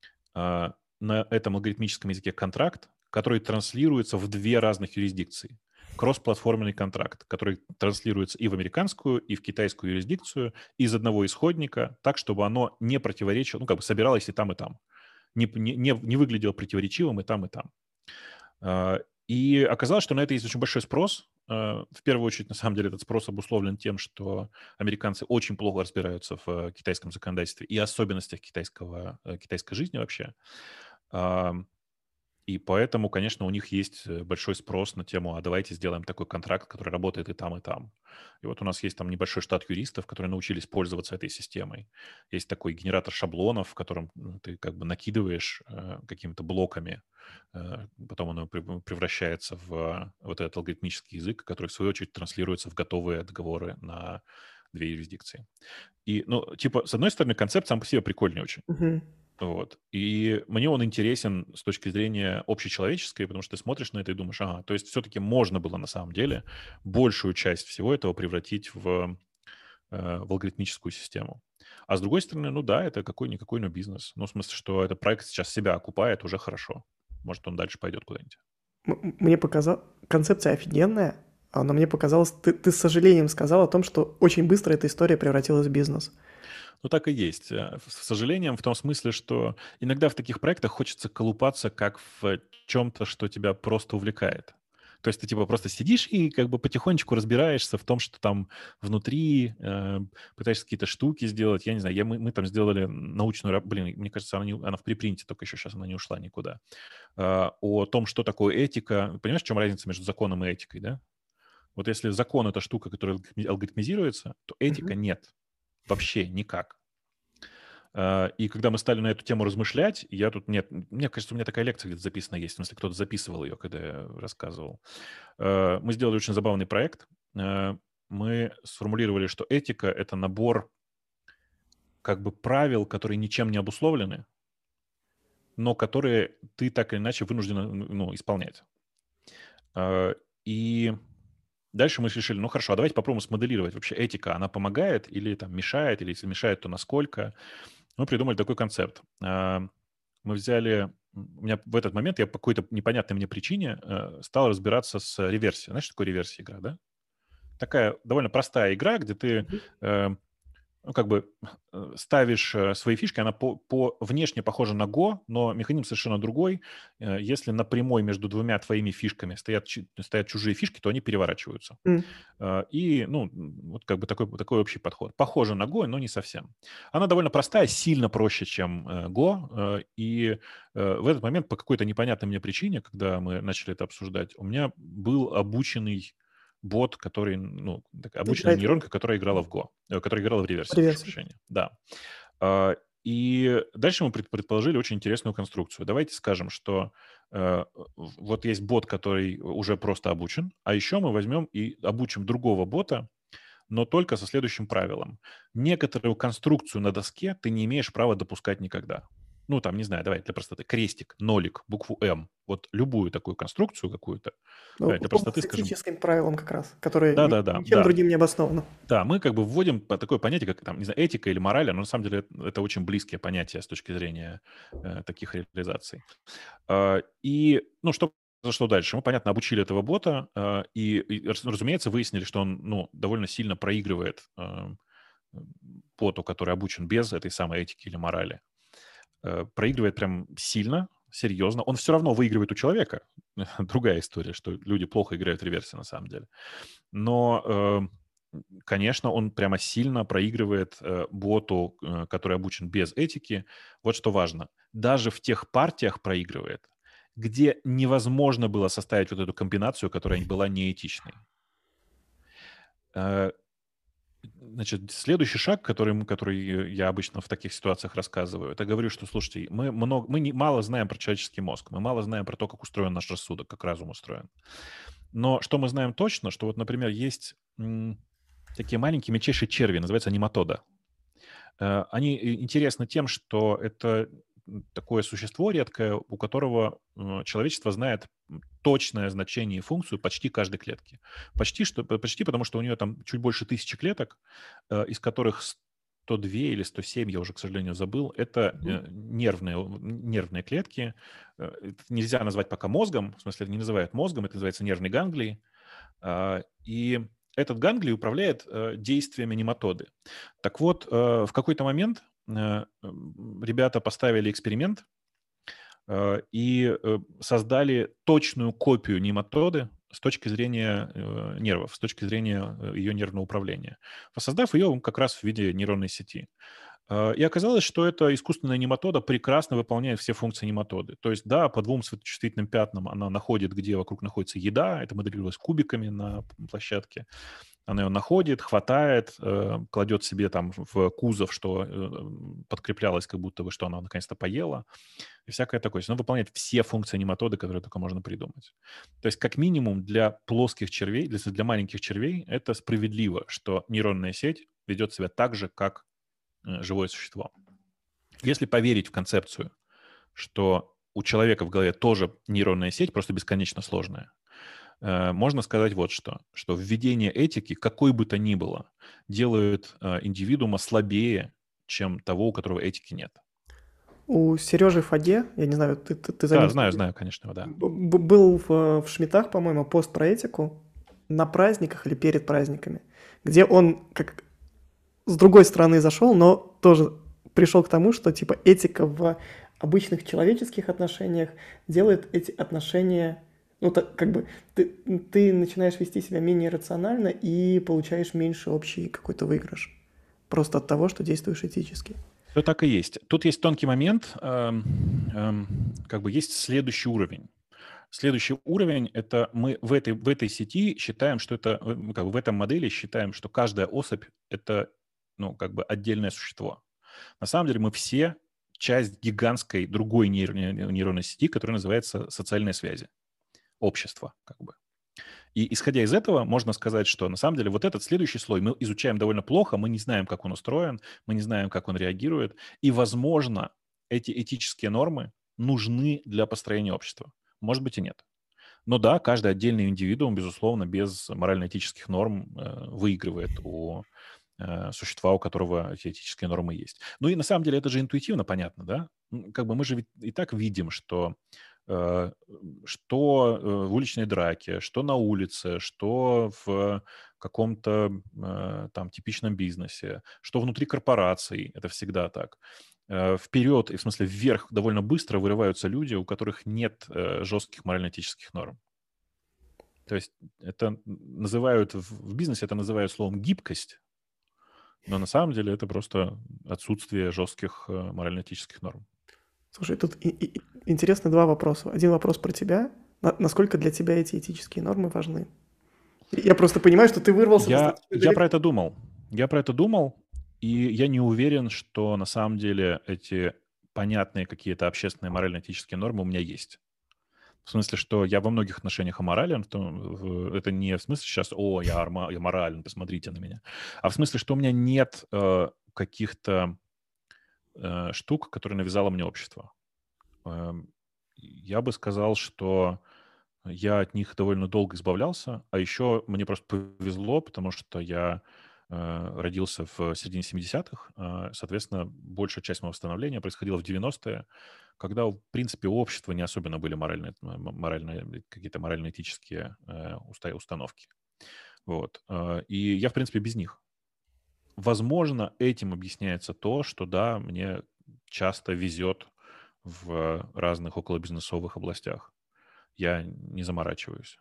а, на этом алгоритмическом языке контракт, который транслируется в две разных юрисдикции. Кросс-платформенный контракт, который транслируется и в американскую, и в китайскую юрисдикцию из одного исходника, так, чтобы оно не противоречило, ну, как бы собиралось и там, и там. Не, не, не не выглядело противоречивым и там, и там. А, И оказалось, что на это есть очень большой спрос. А, В первую очередь, на самом деле, этот спрос обусловлен тем, что американцы очень плохо разбираются в э, китайском законодательстве и особенностях китайского, э, китайской жизни вообще. Ам, И поэтому, конечно, у них есть э, большой спрос на тему, а давайте сделаем такой контракт, который работает и там, и там. И вот у нас есть там небольшой штат юристов, которые научились пользоваться этой системой. Есть такой генератор шаблонов, в котором ну, ты как бы накидываешь э, какими-то блоками, э, потом оно прев- превращается в э, вот этот алгоритмический язык, который, в свою очередь, транслируется в готовые договоры на две юрисдикции. И, ну, типа, с одной стороны, концепт сам по себе прикольный очень. Мгм. Вот. И мне он интересен с точки зрения общечеловеческой, потому что ты смотришь на это и думаешь, ага, то есть все-таки можно было на самом деле большую часть всего этого превратить в, э, в алгоритмическую систему. А с другой стороны, ну да, это какой-никакой, но бизнес. Ну, в смысле, что этот проект сейчас себя окупает, уже хорошо. Может, он дальше пойдет куда-нибудь. М- Мне показалось, концепция офигенная, а, но мне показалось, ты, ты с сожалением сказал о том, что очень быстро эта история превратилась в бизнес. Ну, так и есть. Э, С сожалением, в том смысле, что иногда в таких проектах хочется колупаться как в чем-то, что тебя просто увлекает. То есть ты типа просто сидишь и как бы потихонечку разбираешься в том, что там внутри, э, пытаешься какие-то штуки сделать. Я не знаю, я, мы, мы там сделали научную... раб- Блин, мне кажется, она, не- она в препринте, только еще сейчас она не ушла никуда. А, о том, что такое этика. Понимаешь, в чем разница между законом и этикой, да? Вот если закон — это штука, которая алгоритми- алгоритмизируется, то этика Мгм. нет. Вообще никак. А, И когда мы стали на эту тему размышлять, я тут... Нет, мне кажется, у меня такая лекция где-то записана есть, в смысле, кто-то записывал ее, когда я рассказывал. Э, Мы сделали очень забавный проект. Э, Мы сформулировали, что этика — это набор как бы правил, которые ничем не обусловлены, но которые ты так или иначе вынужден ну, исполнять. Э, И дальше мы решили, ну хорошо, а давайте попробуем смоделировать вообще этика, она помогает или там мешает, или если мешает, то насколько. Мы придумали такой концепт. А, Мы взяли... У меня в этот момент я по какой-то непонятной мне причине э, стал разбираться с реверсией. Знаешь, что такое реверсия игра, да? Такая довольно простая игра, где ты Мгм. э, ну, как бы э, ставишь э, свои фишки, она по, по внешне похожа на Go, но механизм совершенно другой. Э, Если на прямой между двумя твоими фишками стоят, чи- стоят чужие фишки, то они переворачиваются. М. Э, И, ну, вот как бы такой, такой общий подход. Похоже на Go, но не совсем. Она довольно простая, сильно проще, чем э, Go. э, И э, в этот момент по какой-то непонятной мне причине, когда мы начали это обсуждать, у меня был обученный бот, который, ну, такая обычная Играет в нейронка, которая играла в Go, э, которая играла в реверсе, прошу реверсии. прощения. Да. А, И дальше мы пред- предположили очень интересную конструкцию. Давайте скажем, что э, в- вот есть бот, который уже просто обучен, а еще мы возьмем и обучим другого бота, но только со следующим правилом. Некоторую конструкцию на доске ты не имеешь права допускать никогда. Ну, там, не знаю, давай для простоты. Крестик, нолик, букву М. Вот любую такую конструкцию какую-то. Ну, Давай для условно, простоты с скажем. этическим правилом как раз, которое ни- Да-да-да, ничем да. другим не обосновано. Да, мы как бы вводим по- такое понятие, как там, не знаю, этика или мораль, но на самом деле это, это очень близкие понятия с точки зрения э, таких реализаций. А, И, ну, что произошло дальше? Мы, понятно, обучили этого бота, а, и, и, раз- разумеется, выяснили, что он, ну, довольно сильно проигрывает а, боту, который обучен без этой самой этики или морали. Э, Проигрывает прям сильно, серьезно. Он все равно выигрывает у человека. Другая история, что люди плохо играют в реверсе на самом деле. Но э, конечно, он прямо сильно проигрывает э, боту, э, который обучен без этики. Вот что важно. Даже в тех партиях проигрывает, где невозможно было составить вот эту комбинацию, которая была неэтичной. Э, Значит, следующий шаг, который, мы- который я обычно в таких ситуациях рассказываю, это говорю, что, слушайте, мы, много, мы не, мало знаем про человеческий мозг, мы мало знаем про то, как устроен наш рассудок, как разум устроен. Но что мы знаем точно, что вот, например, есть м, такие маленькие мельчайшие черви, называются нематода. Э, Они и- интересны тем, что это м, такое существо редкое, у которого э, человечество знает м, точное значение и функцию почти каждой клетки. Почти, что, п- почти потому, что у нее там чуть больше тысячи клеток, э, из которых сто два или сто семь, я уже, к сожалению, забыл, это Мгм. э, нервные, нервные клетки. Э, это нельзя назвать пока мозгом, в смысле, это не называют мозгом, это называется нервной ганглией. А, И этот ганглий управляет э, действиями нематоды. Так вот, э, в какой-то момент э, м, ребята поставили эксперимент э, и э, создали точную копию нематоды с точки зрения э, нервов, с точки зрения э, ее нервного управления, воссоздав ее как раз в виде нейронной сети. Э, И оказалось, что эта искусственная нематода прекрасно выполняет все функции нематоды. То есть, да, по двум светочувствительным пятнам она находит, где вокруг находится еда, это моделировалось кубиками на площадке. Она ее находит, хватает, э, кладет себе там в кузов, что э, подкреплялось как будто бы, что она наконец-то поела, и всякое такое. То есть она выполняет все функции нематоды, которые только можно придумать. То есть как минимум для плоских червей, для, для маленьких червей это справедливо, что нейронная сеть ведет себя так же, как э, живое существо. Если поверить в концепцию, что у человека в голове тоже нейронная сеть, просто бесконечно сложная, э, можно сказать вот что, что введение этики, какой бы то ни было, делает э, индивидуума слабее, чем того, у которого этики нет. У Сережи Фаге, я не знаю, ты, ты, ты за Да, ним знаю, следишь, знаю, конечно, да. б- б- был в, в Шмитах, по-моему, пост про этику на праздниках или перед праздниками, где он как с другой стороны зашел, но тоже пришел к тому, что типа этика в обычных человеческих отношениях делает эти отношения, ну так как бы ты, ты начинаешь вести себя менее рационально и получаешь меньше общий какой-то выигрыш. Просто от того, что действуешь этически. Все так и есть. Тут есть тонкий момент, эм, эм, как бы есть следующий уровень. Следующий уровень – это мы в этой, в этой сети считаем, что это, э, ну, как бы в этом модели считаем, что каждая особь – это, ну, как бы отдельное существо. На самом деле мы все часть гигантской другой нейронной, нейронной сети, которая называется социальные связи, общество, как бы. И исходя из этого, можно сказать, что на самом деле вот этот следующий слой мы изучаем довольно плохо, мы не знаем, как он устроен, мы не знаем, как он реагирует, и, возможно, эти этические нормы нужны для построения общества. Может быть и нет. Но да, каждый отдельный индивидуум, безусловно, без морально-этических норм э, выигрывает у э, существа, у которого эти этические нормы есть. Ну и на самом деле это же интуитивно понятно, да? М, Как бы мы же ведь и так видим, что э, что э, в уличной драке, что на улице, что в каком-то э, там типичном бизнесе, что внутри корпораций, это всегда так. Э, Вперед, и в смысле вверх довольно быстро вырываются люди, у которых нет э, жестких морально-этических норм. То есть это называют в в бизнесе это называют словом гибкость, но на самом деле это просто отсутствие жестких э, морально-этических норм. Слушай, тут и- и- интересно два вопроса. Один вопрос про тебя. На- насколько для тебя эти этические нормы важны? Я просто понимаю, что ты вырвался Я, достаточно я про далеко. это думал. Я про это думал, и я не уверен, что на самом деле эти понятные какие-то общественные морально-этические нормы у меня есть. В смысле, что я во многих отношениях аморален. В том- в- это не в смысле сейчас, о, я, арма- я морален, посмотрите на меня. А в смысле, что у меня нет э, каких-то э, штук, которые навязало мне общество. Эм, Я бы сказал, что я от них довольно долго избавлялся, а еще мне просто повезло, потому что я э, родился в середине семидесятых, а, соответственно, большая часть моего становления происходила в девяностые, когда, в принципе, у общества не особенно были моральные, м- моральные какие-то морально-этические э, уста- установки. Вот. э, И я, в принципе, без них. Возможно, этим объясняется то, что, да, мне часто везет в разных околобизнесовых областях. Я не заморачиваюсь.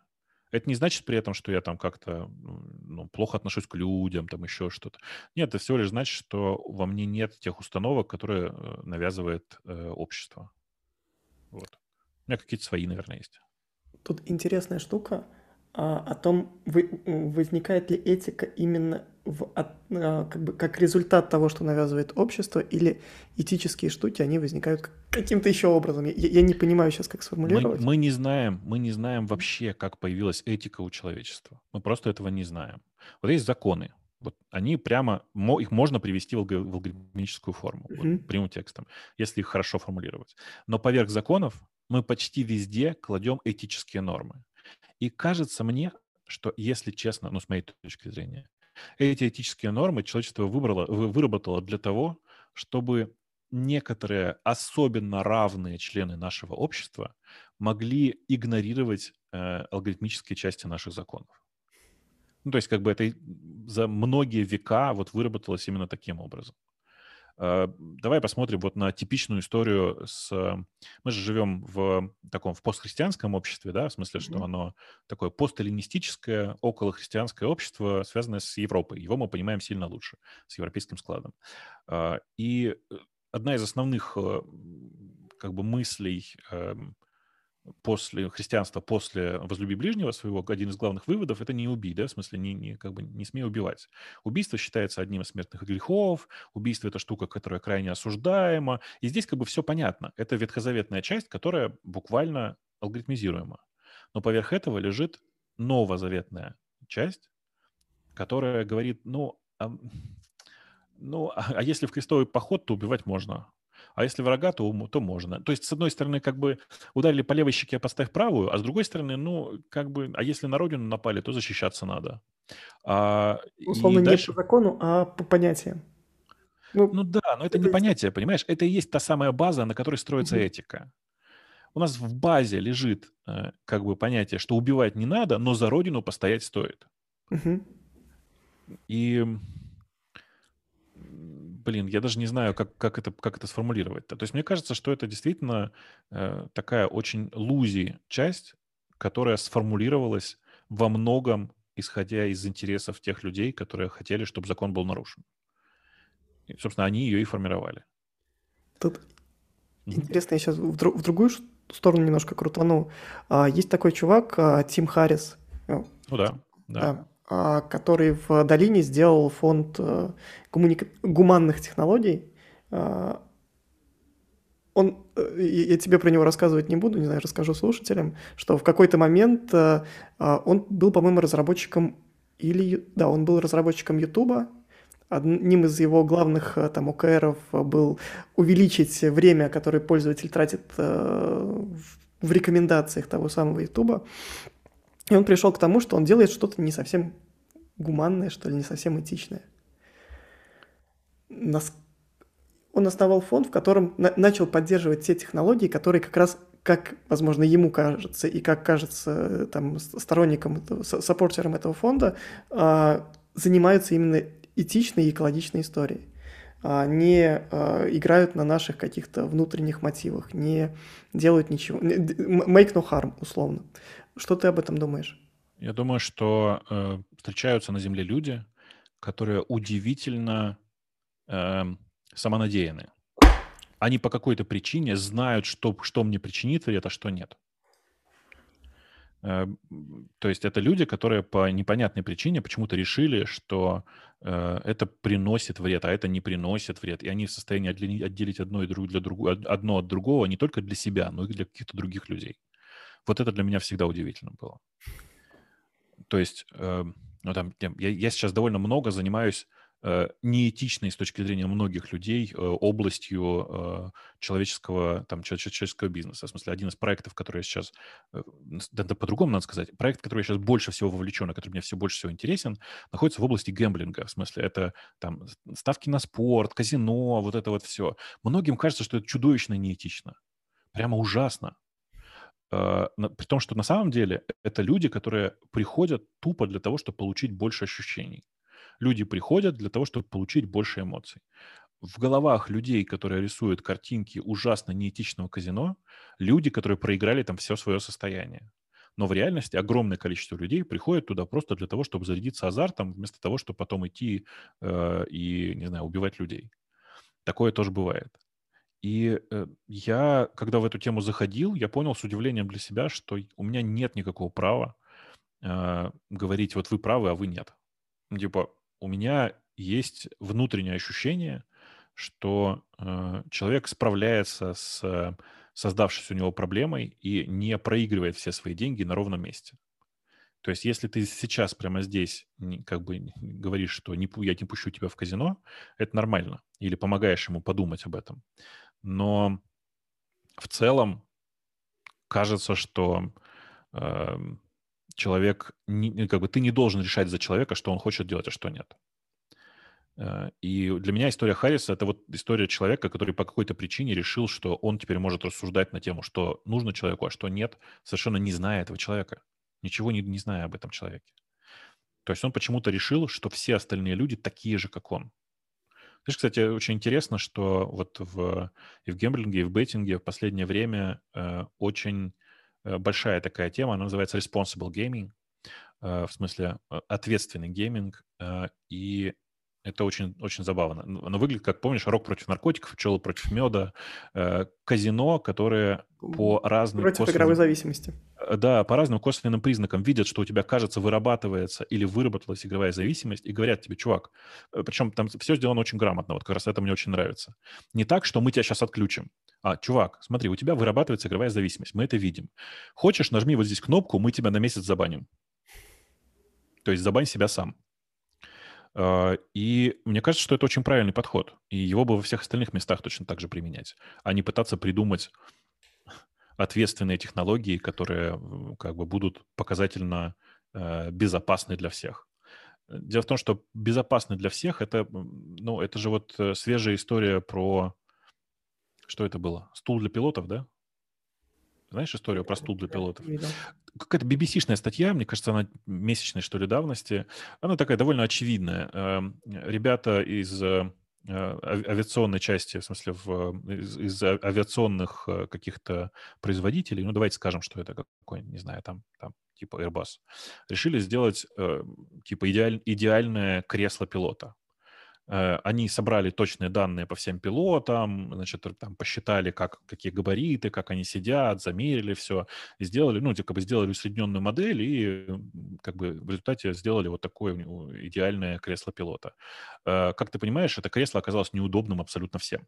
Это не значит при этом, что я там как-то ну, плохо отношусь к людям, там еще что-то. Нет, это всего лишь значит, что во мне нет тех установок, которые э, навязывает э, общество. Вот. У меня какие-то свои, наверное, есть. Тут интересная штука а, о том, вы- возникает ли этика именно в, от- а, как бы, как результат того, что навязывает общество, или этические штуки, они возникают к- каким-то еще образом. Я, я не понимаю сейчас, как Мы, сформулировать. мы не знаем, мы не знаем вообще, как появилась этика у человечества. Мы просто этого не знаем. Вот есть законы. Вот они прямо, мо- их можно привести в алго- в алгоритмическую форму, вот, Мгм. прямым текстом, если их хорошо формулировать. Но поверх законов мы почти везде кладем этические нормы. И кажется мне, что, если честно, ну, с моей точки зрения, эти этические нормы человечество выбрало, вы- выработало для того, чтобы некоторые особенно равные члены нашего общества могли игнорировать э, алгоритмические части наших законов. Ну, то есть как бы это и за многие века вот выработалось именно таким образом. Э, Давай посмотрим вот на типичную историю с... э, Мы же живем в таком в постхристианском обществе, да, в смысле, что Мгм. оно такое постэллинистическое, околохристианское общество, связанное с Европой. Его мы понимаем сильно лучше, с европейским складом. А, И э, одна из основных э, м, как бы мыслей эм, после христианства, после «возлюби ближнего своего», один из главных выводов — это не убий, да, в смысле не, не, как бы не смей убивать. Убийство считается одним из смертных грехов, убийство — это штука, которая крайне осуждаема, и здесь как бы все понятно. Это ветхозаветная часть, которая буквально алгоритмизируема. Но поверх этого лежит новозаветная часть, которая говорит, ну, а, ну, а а если в крестовый поход, то убивать можно. А если врага, то, ум- то можно. То есть, с одной стороны, как бы ударили по левой щеке, поставь правую, а с другой стороны, ну, как бы, а если на родину напали, то защищаться надо. А, и Условно не по дальше, закону, а по понятиям. Ну, ну да, но это это не есть. понятие, понимаешь? Это и есть та самая база, на которой строится Мгм. этика. У нас в базе лежит э, как бы понятие, что убивать не надо, но за родину постоять стоит. Мгм. И М, Блин, я даже не знаю, как, как это, как это сформулировать-то. То есть мне кажется, что это действительно э, такая очень лузи часть, которая сформулировалась во многом, исходя из интересов тех людей, которые хотели, чтобы закон был нарушен. И, собственно, они ее и формировали. Тут Мгм. интересно, я сейчас в, дру- в другую ш- сторону немножко крутану. А, есть такой чувак, а, Тим Харрис, э, Ну да, да. да, а, который в долине сделал фонд э, гуманика- гуманных технологий. А, Он, э, я я тебе про него рассказывать не буду, не знаю, расскажу слушателям, что в какой-то момент э, а, он был, по-моему, разработчиком или, ю- да, он был разработчиком Ютуба. Одним из его главных э, там о ка эров был увеличить время, которое пользователь тратит э, в в рекомендациях того самого Ютуба. И он пришел к тому, что он делает что-то не совсем гуманное, что ли, не совсем этичное. Нас- Он основал фонд, в котором на- начал поддерживать те технологии, которые как раз, как, возможно, ему кажется, и как кажется э, там с- сторонникам, этого, с- саппортерам этого фонда, а, занимаются именно этичной и экологичной историей. А, не а, играют на наших каких-то внутренних мотивах, не делают ничего. не- д- м- Make no harm, условно. Что ты об этом думаешь? Я думаю, что э, встречаются на Земле люди, которые удивительно эм, самонадеянны. Они по какой-то причине знают, что, что мне причинит вред, а что нет. Э, м, То есть это люди, которые по непонятной причине почему-то решили, что э, это приносит вред, а это не приносит вред. И они в состоянии отдели- отделить одно, и друг для друг- од- одно от другого не только для себя, но и для каких-то других людей. Вот это для меня всегда удивительно было. То есть, э, ну, там, я, я- я сейчас довольно много занимаюсь э, неэтичной с точки зрения многих людей э, областью э, человеческого, там, че- че- человеческого бизнеса. В смысле, один из проектов, который я сейчас, э, н- да, да по-другому надо сказать, проект, в который я сейчас больше всего вовлечен, и который мне все больше всего интересен, находится в области гэмблинга. В смысле, это там с- ставки на спорт, казино, вот это вот все. Многим кажется, что это чудовищно неэтично. Прямо ужасно. Э, на при том, что на самом деле это люди, которые приходят тупо для того, чтобы получить больше ощущений. Люди приходят для того, чтобы получить больше эмоций. В головах людей, которые рисуют картинки ужасно неэтичного казино, люди, которые проиграли там все свое состояние. Но в реальности огромное количество людей приходит туда просто для того, чтобы зарядиться азартом, вместо того, чтобы потом идти э, и, не знаю, убивать людей. Такое тоже бывает. И э, я, когда в эту тему заходил, я понял с удивлением для себя, что у меня нет никакого права э, говорить, вот вы правы, а вы нет. Ну, Типа, у меня есть внутреннее ощущение, что э, человек справляется с э, создавшейся у него проблемой и не проигрывает все свои деньги на ровном месте. То есть, если ты сейчас прямо здесь не- как бы говоришь, что не, пу- я не пущу тебя в казино, это нормально. Или помогаешь ему подумать об этом. Но в целом кажется, что эм, человек, не- как бы ты не должен решать за человека, что он хочет делать, а что нет. Э, И для меня история Харриса — это вот история человека, который по какой-то причине решил, что он теперь может рассуждать на тему, что нужно человеку, а что нет, совершенно не зная этого человека, ничего не, не зная об этом человеке. То есть он почему-то решил, что все остальные люди такие же, как он. Знаешь, кстати, очень интересно, что вот в, и в гэмблинге, и в беттинге в последнее время э, очень э, большая такая тема, она называется responsible gaming, э, в смысле э, ответственный гейминг, э, и это очень, очень забавно. Н- Оно выглядит как, помнишь, рок против наркотиков, пчелы против меда, э, казино, которые по разным Против игровой косвенным зависимости. Э, Да, по разным косвенным признакам видят, что у тебя, кажется, вырабатывается или выработалась игровая зависимость, и говорят тебе, чувак, э, причем там все сделано очень грамотно, вот как раз это мне очень нравится. Не так, что мы тебя сейчас отключим, а, чувак, смотри, у тебя вырабатывается игровая зависимость, мы это видим. Хочешь, нажми вот здесь кнопку, мы тебя на месяц забаним. То есть забань себя сам. Э, И мне кажется, что это очень правильный подход, и его бы во всех остальных местах точно так же применять, а не пытаться придумать ответственные технологии, которые м, как бы будут показательно э, безопасны для всех. Э, Дело в том, что безопасны для всех это, м, ну, это же вот э, свежая история про, что это было? Стул для пилотов, да? Знаешь историю про стул для Да, пилотов? видел. Какая-то би би си-шная статья, мне кажется, она месячной, что ли, давности. Она такая довольно очевидная. Эм, Ребята из э, э, ави- авиационной части, в смысле, в, э, из, из а- авиационных э, каких-то производителей, ну, давайте скажем, что это какой-нибудь, не знаю, там, там типа Airbus, решили сделать э, типа идеаль- идеальное кресло пилота. Э, Они собрали точные данные по всем пилотам, значит, р- там посчитали, как, какие габариты, как они сидят, замерили все, и сделали, ну, как бы сделали усредненную модель, и м, как бы в результате сделали вот такое у него идеальное кресло пилота. Э, Как ты понимаешь, это кресло оказалось неудобным абсолютно всем.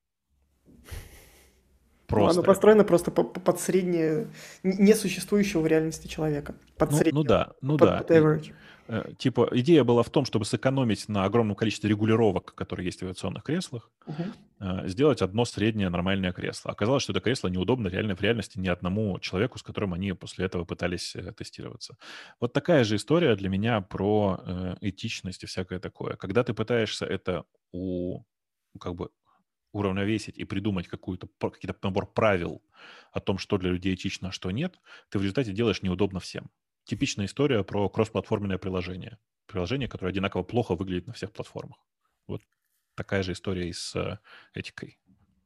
Ну, оно Просто. построено просто по- по- под среднее, н- несуществующего в реальности человека. Под Ну, ну среднее, да, ну под, да. под И, average. э, типа, идея была в том, чтобы сэкономить на огромном количестве регулировок, которые есть в авиационных креслах, Мгм. э, сделать одно среднее нормальное кресло. Оказалось, что это кресло неудобно реально в реальности ни одному человеку, с которым они после этого пытались э, тестироваться. Вот такая же история для меня про э, этичность и всякое такое. Когда ты пытаешься это у, как бы уравновесить и придумать какую-то, п- какой-то набор правил о том, что для людей этично, а что нет, ты в результате делаешь неудобно всем. Типичная история про кроссплатформенное приложение. Приложение, которое одинаково плохо выглядит на всех платформах. Вот такая же история и с э, этикой.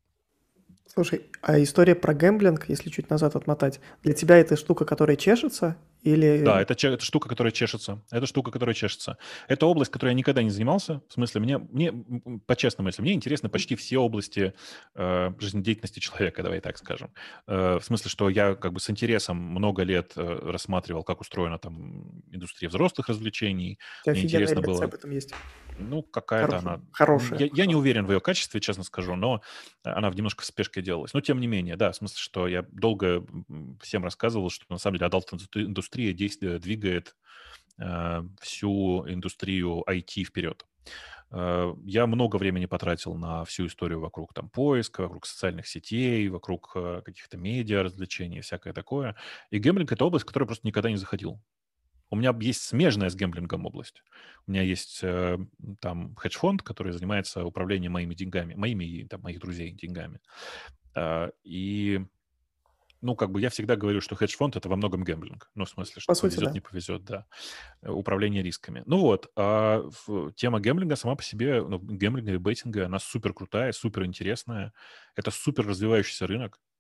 Слушай, а история про гэмблинг, если чуть назад отмотать, для тебя это штука, которая чешется, Да, или... это, че- это штука, которая чешется. Это штука, которая чешется. Это область, которой я никогда не занимался. В смысле, мне, мне м, м, по-честному, если мне интересны почти все области э, жизнедеятельности человека, давай так скажем. Э, в смысле, что я как бы с интересом много лет э, рассматривал, как устроена там индустрия взрослых развлечений. У тебя Мне офигенная интересно лекция было, об этом есть. ну, какая-то Хорошая. она... Хорошая. Я, я не уверен в ее качестве, честно скажу, но она в немножко в спешке делалась. Но тем не менее, да, в смысле, что я долго м, всем рассказывал, что на самом деле адалт-индустрия действие двигает э, всю индустрию ай ти вперед. Э, Я много времени потратил на всю историю вокруг там поиска, вокруг социальных сетей, вокруг э, каких-то медиа, развлечений, всякое такое. И гэмблинг — это область, в которую я просто никогда не заходил. У меня есть смежная с гэмблингом область. У меня есть э, там хедж-фонд, который занимается управлением моими деньгами, моими и там, моих друзей деньгами. А, И, ну, как бы я всегда говорю, что хедж-фонд — это во многом гэмблинг. Ну, в смысле, По что сути, повезет, да. не повезет, да. Э, Управление рисками. Ну вот, а в- тема гэмблинга сама по себе, ну, гэмблинга и беттинга, она супер крутая, супер интересная. Это супер развивающийся рынок.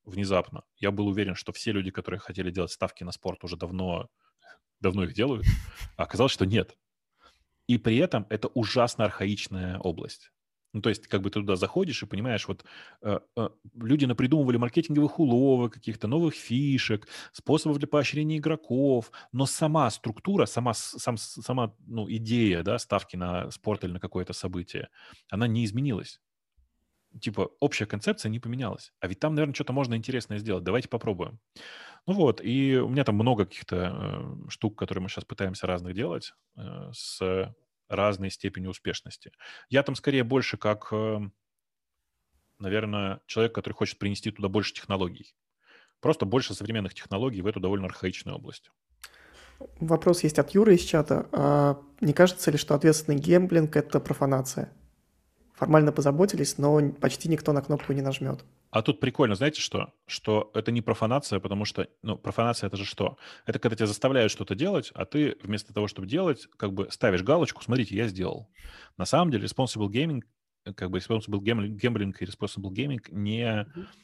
внезапно. Я был уверен, что все люди, которые хотели делать ставки на спорт, уже давно, давно их делают, а оказалось, что нет. И при этом это ужасно архаичная область. Ну, то есть, как бы ты туда заходишь и понимаешь, вот э, э, люди напридумывали маркетинговых уловок, каких-то новых фишек, способов для поощрения игроков, но сама структура, сама, с- сам, с- сама ну, идея, да, ставки на спорт или на какое-то событие, она не изменилась. Типа, общая концепция не поменялась. А ведь там, наверное, что-то можно интересное сделать. Давайте попробуем. Ну вот, и у меня там много каких-то э, штук, которые мы сейчас пытаемся разных делать э, с разной степенью успешности. Я там скорее больше как, э, наверное, человек, который хочет принести туда больше технологий. Просто больше современных технологий в эту довольно архаичную область. Вопрос есть от Юры из чата. А не кажется ли, что ответственный гемблинг – это профанация? Формально позаботились, но почти никто на кнопку не нажмет. А тут прикольно, знаете что? Что это не профанация, потому что, ну, профанация это же что? Это когда тебя заставляют что-то делать, а ты вместо того, чтобы делать, как бы ставишь галочку, смотрите, я сделал. На самом деле responsible gaming, э, как бы responsible gambling gambling и responsible gaming не,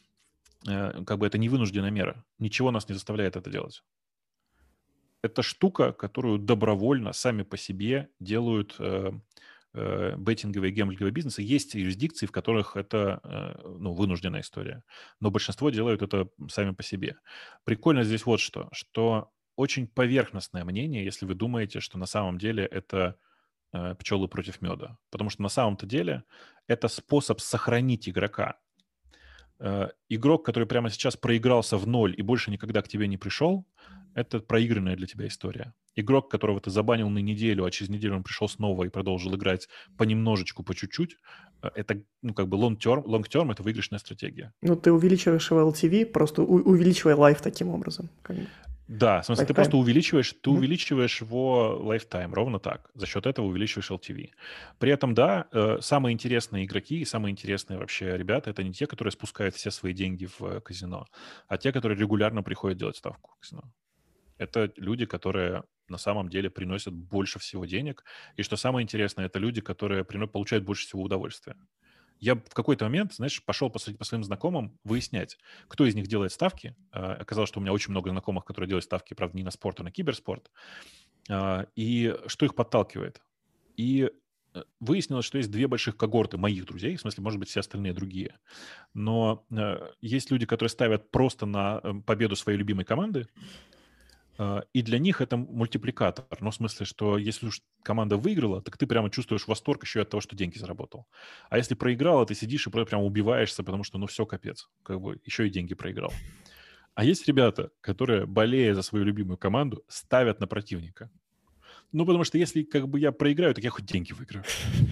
э, как бы это не вынужденная мера. Ничего нас не заставляет это делать. Это штука, которую добровольно сами по себе делают э, э, беттинговые и гэмблинговые бизнесы. Есть юрисдикции, в которых это э, ну, вынужденная история, но большинство делают это сами по себе. Прикольно здесь вот что, что очень поверхностное мнение, если вы думаете, что на самом деле это э, пчелы против меда. Потому что на самом-то деле это способ сохранить игрока. Э, игрок, который прямо сейчас проигрался в ноль и больше никогда к тебе не пришел, это проигранная для тебя история. Игрок, которого ты забанил на неделю, а через неделю он пришел снова и продолжил играть понемножечку, по чуть-чуть, э, это, ну, как бы long-term, long-term это выигрышная стратегия. Ну, ты увеличиваешь его эл ти ви, просто у- увеличивая лайф таким образом. Как бы. Да, в смысле, ты Lifetime. просто увеличиваешь, ты Мгм. увеличиваешь его lifetime, ровно так. За счет этого увеличиваешь эл ти ви. При этом, да, э, самые интересные игроки и самые интересные вообще ребята, это не те, которые спускают все свои деньги в э, казино, а те, которые регулярно приходят делать ставку в казино. Это люди, которые на самом деле приносят больше всего денег. И что самое интересное, это люди, которые прино- получают больше всего удовольствия. Я в какой-то момент, знаешь, пошел по, по своим знакомым выяснять, кто из них делает ставки. А, Оказалось, что у меня очень много знакомых, которые делают ставки, правда, не на спорт, а на киберспорт. А, И что их подталкивает. И э, выяснилось, что есть две больших когорты моих друзей, в смысле, может быть, все остальные другие. Но э, есть люди, которые ставят просто на э, победу своей любимой команды, а, и для них это мультипликатор. Ну, в смысле, что если уж команда выиграла, так ты прямо чувствуешь восторг еще и от того, что деньги заработал. А если проиграла, ты сидишь и про- прям убиваешься, потому что, ну, все, капец. Как бы еще и деньги проиграл. А есть ребята, которые, болея за свою любимую команду, ставят на противника. Ну, потому что если как бы я проиграю, так я хоть деньги выиграю.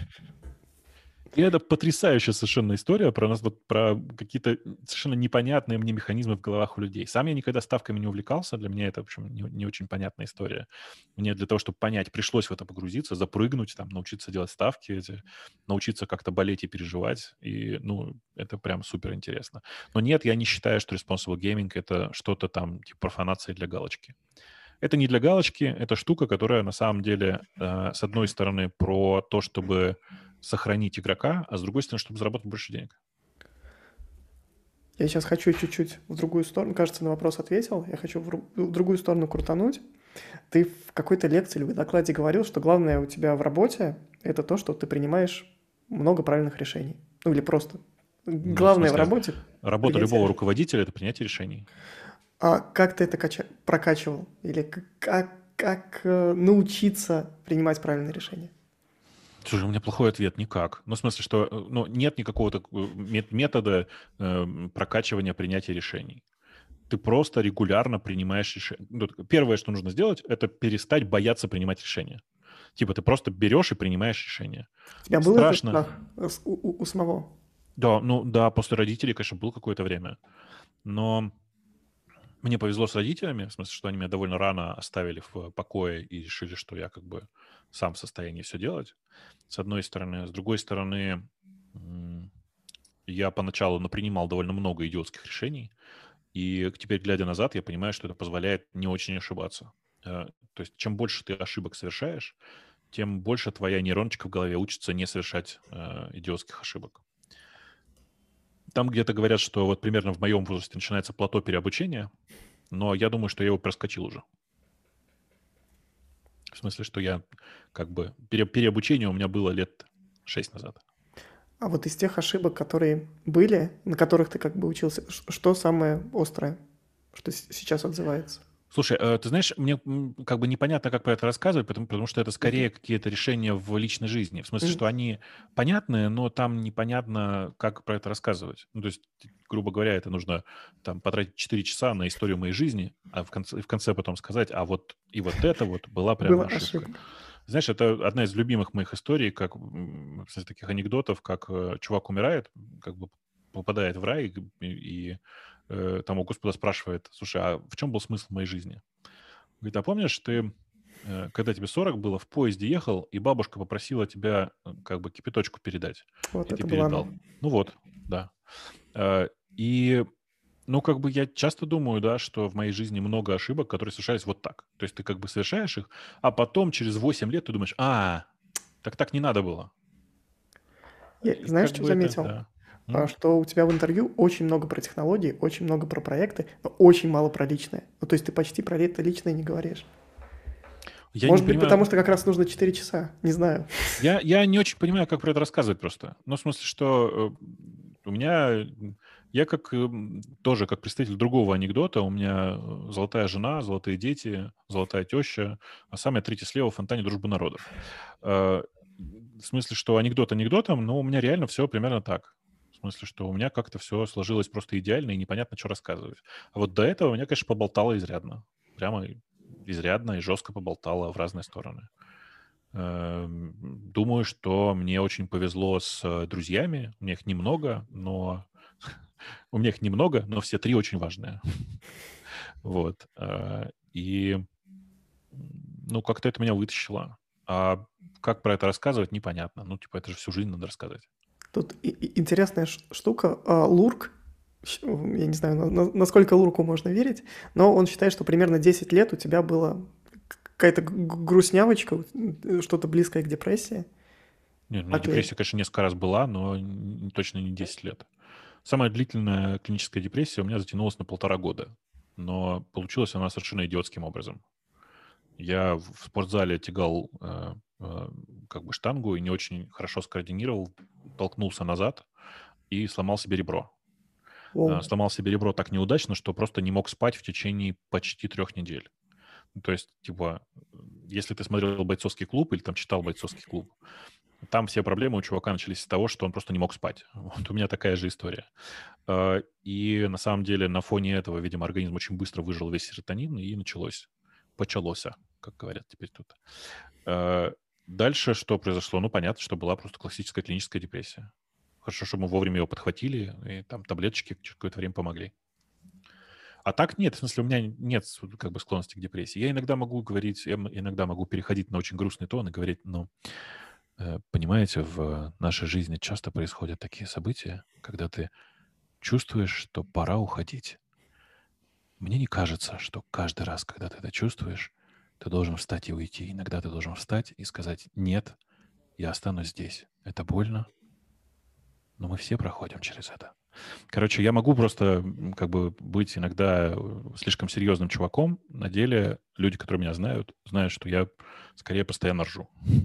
И это потрясающая совершенно история про нас, вот про какие-то совершенно непонятные мне механизмы в головах у людей. Сам я никогда ставками не увлекался, для меня это, в общем, не, не очень понятная история. Мне для того, чтобы понять, пришлось в это погрузиться, запрыгнуть, там, научиться делать ставки эти, научиться как-то болеть и переживать, и, ну, это прям супер интересно. Но нет, я не считаю, что responsible gaming — это что-то там, типа профанации для галочки. Это не для галочки, это штука, которая на самом деле, э, с одной стороны, про то, чтобы сохранить игрока, а с другой стороны, чтобы заработать больше денег. Я сейчас хочу чуть-чуть в другую сторону. Кажется, на вопрос ответил. Я хочу в, ру- в другую сторону крутануть. Ты в какой-то лекции или в докладе говорил, что главное у тебя в работе – это то, что ты принимаешь много правильных решений. Ну или просто Ну, в главное в смысле, работе – работа принятие любого решений. руководителя — это принятие решений. А как ты это кача- прокачивал? Или к- как, как э, научиться принимать правильные решения? Слушай, у меня плохой ответ — никак. Ну, в смысле, что э, ну, нет никакого такого мет- метода э, прокачивания принятия решений. Ты просто регулярно принимаешь решения. Ну, так, первое, что нужно сделать, это перестать бояться принимать решения. Типа ты просто берешь и принимаешь решения. У тебя был этот Страшно. страх э, с- у, у- у самого? Да, ну да, после родителей, конечно, был какое-то время. Но мне повезло с родителями, в смысле, что они меня довольно рано оставили в покое и решили, что я как бы сам в состоянии все делать, с одной стороны. С другой стороны, м, я поначалу напринимал довольно много идиотских решений, и теперь, глядя назад, я понимаю, что это позволяет не очень ошибаться. Э, То есть чем больше ты ошибок совершаешь, тем больше твоя нейроночка в голове учится не совершать э, идиотских ошибок. Там где-то говорят, что вот примерно в моем возрасте начинается плато переобучения, но я думаю, что я его проскочил уже. В смысле, что я как бы... Пере, переобучение у меня было лет шесть назад. А вот из тех ошибок, которые были, на которых ты как бы учился, ш- что самое острое, что с- сейчас отзывается? Слушай, э, ты знаешь, мне м, как бы непонятно, как про это рассказывать, потому, потому что это Мгм. скорее какие-то решения в личной жизни. В смысле, Мгм. что они понятные, но там непонятно, как про это рассказывать. Ну, то есть, грубо говоря, это нужно там потратить четыре часа на историю моей жизни, а в конце, в конце потом сказать, а вот и вот это вот была прямо Была ошибка. ошибка. Знаешь, это одна из любимых моих историй, как, м, в смысле, таких анекдотов, как э, чувак умирает, как бы попадает в рай, и, и, э, там у Господа спрашивает, слушай, а в чем был смысл моей жизни? Говорит, а помнишь, ты, э, когда тебе сорок было, в поезде ехал, и бабушка попросила тебя э, как бы кипяточку передать, Вот и ты это было оно. передал. Ну вот, да. Э, И, ну, как бы я часто думаю, да, что в моей жизни много ошибок, которые совершались вот так. То есть ты как бы совершаешь их, а потом через восемь лет ты думаешь, а, так так не надо было. Я, И знаешь, как что бы это, заметил? да. А, М? Что у тебя в интервью очень много про технологии, очень много про проекты, но очень мало про личное. Ну, то есть ты почти про это личное не говоришь. Я не Может быть, потому понимаю, что как раз нужно четыре часа, не знаю. я, я не очень понимаю, как про это рассказывать просто. Ну, в смысле, что э, у меня, м, я как эм, тоже как представитель другого анекдота, у меня э, золотая жена, золотые дети, золотая теща, а самое третье слева в фонтане дружбы народов. Э, В смысле, что анекдот анекдотом, но у меня реально все примерно так. В смысле, что у меня как-то все сложилось просто идеально и непонятно, что рассказывать. А вот до этого у меня, конечно, поболтало изрядно. Прямо изрядно и жестко поболтало в разные стороны. Эм, Думаю, что мне очень повезло с э, друзьями. У меня их немного, но у меня их немного, но все три очень важные. Вот. э, И, м, ну, как-то это меня вытащило. А как про это рассказывать, непонятно. Ну, типа, это же всю жизнь надо рассказывать. Тут и- и- интересная ш- штука. А, Лурк, щ- я не знаю, на- на- насколько Лурку можно верить, но он считает, что примерно десять лет у тебя была какая-то г- г- грустнявочка, э, что-то близкое к депрессии. Нет, у меня А ты? депрессия, конечно, несколько раз была, но н- точно не десять лет. Самая длительная клиническая депрессия у меня затянулась на полтора года. Но получилась она совершенно идиотским образом. Я в в спортзале тягал, э, э, как бы штангу и не очень хорошо скоординировал, толкнулся назад и сломал себе ребро. Э, Воу. сломал себе ребро так неудачно, что просто не мог спать в течение почти трех недель. Ну, то есть, типа, э, если ты смотрел «Бойцовский клуб» или там читал «Бойцовский клуб», там все проблемы у чувака начались с того, что он просто не мог спать. Вот у меня такая же история. Э, и на самом деле на фоне этого, видимо, организм очень быстро выжил весь серотонин, и началось. Почалося, как говорят теперь тут. Э, Дальше что произошло? Ну, понятно, что была просто классическая клиническая депрессия. Хорошо, что мы вовремя его подхватили, и там таблеточки через какое-то время помогли. А так нет, в смысле, у меня нет с- как бы склонности к депрессии. Я иногда могу говорить, я м- иногда могу переходить на очень грустный тон и говорить, ну, э, понимаете, в нашей жизни часто происходят такие события, когда ты чувствуешь, что пора уходить. Мне не кажется, что каждый раз, когда ты это чувствуешь, ты должен встать и уйти. Иногда ты должен встать и сказать: «Нет, я останусь здесь. Это больно, но мы все проходим через это». Короче, я могу просто м, как бы быть иногда э, слишком серьезным чуваком. На деле люди, которые меня знают, знают, что я скорее постоянно ржу.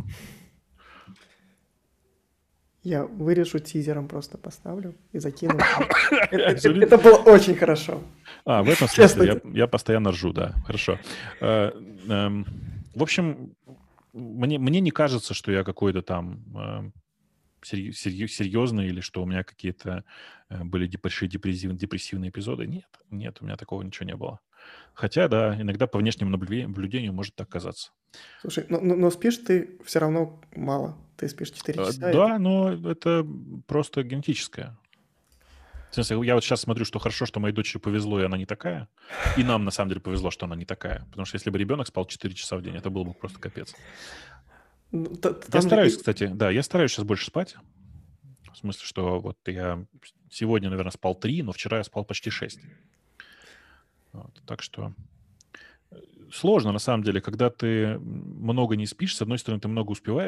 Я вырежу тизером, просто поставлю и закину. Это, это- Абсолютно. это было очень хорошо. А, в этом смысле Честно я, тебе. я постоянно ржу, да. Хорошо. Э, эм, В общем, мне, мне не кажется, что я какой-то там эм, серьё- серьё- серьезный или что у меня какие-то э, были деп- большие депрессивные, депрессивные эпизоды. Нет, нет, у меня такого ничего не было. Хотя, да, иногда по внешнему наблюдению, наблюдению может так казаться. Слушай, но, но- но спишь ты все равно мало. Ты спишь четыре Э, часа. Это... Да, но это просто генетическое. В смысле, я вот сейчас смотрю, что хорошо, что моей дочери повезло, и она не такая. И нам, на самом деле, повезло, что она не такая. Потому что если бы ребенок спал четыре часа в день, это было бы просто капец. Ну, т- Я Там же стараюсь, и... кстати, да, я стараюсь сейчас больше спать. В смысле, что вот я сегодня, наверное, спал три, но вчера я спал почти шесть. Вот, так что э, сложно, на самом деле, когда ты много не спишь. С одной стороны, ты много успеваешь,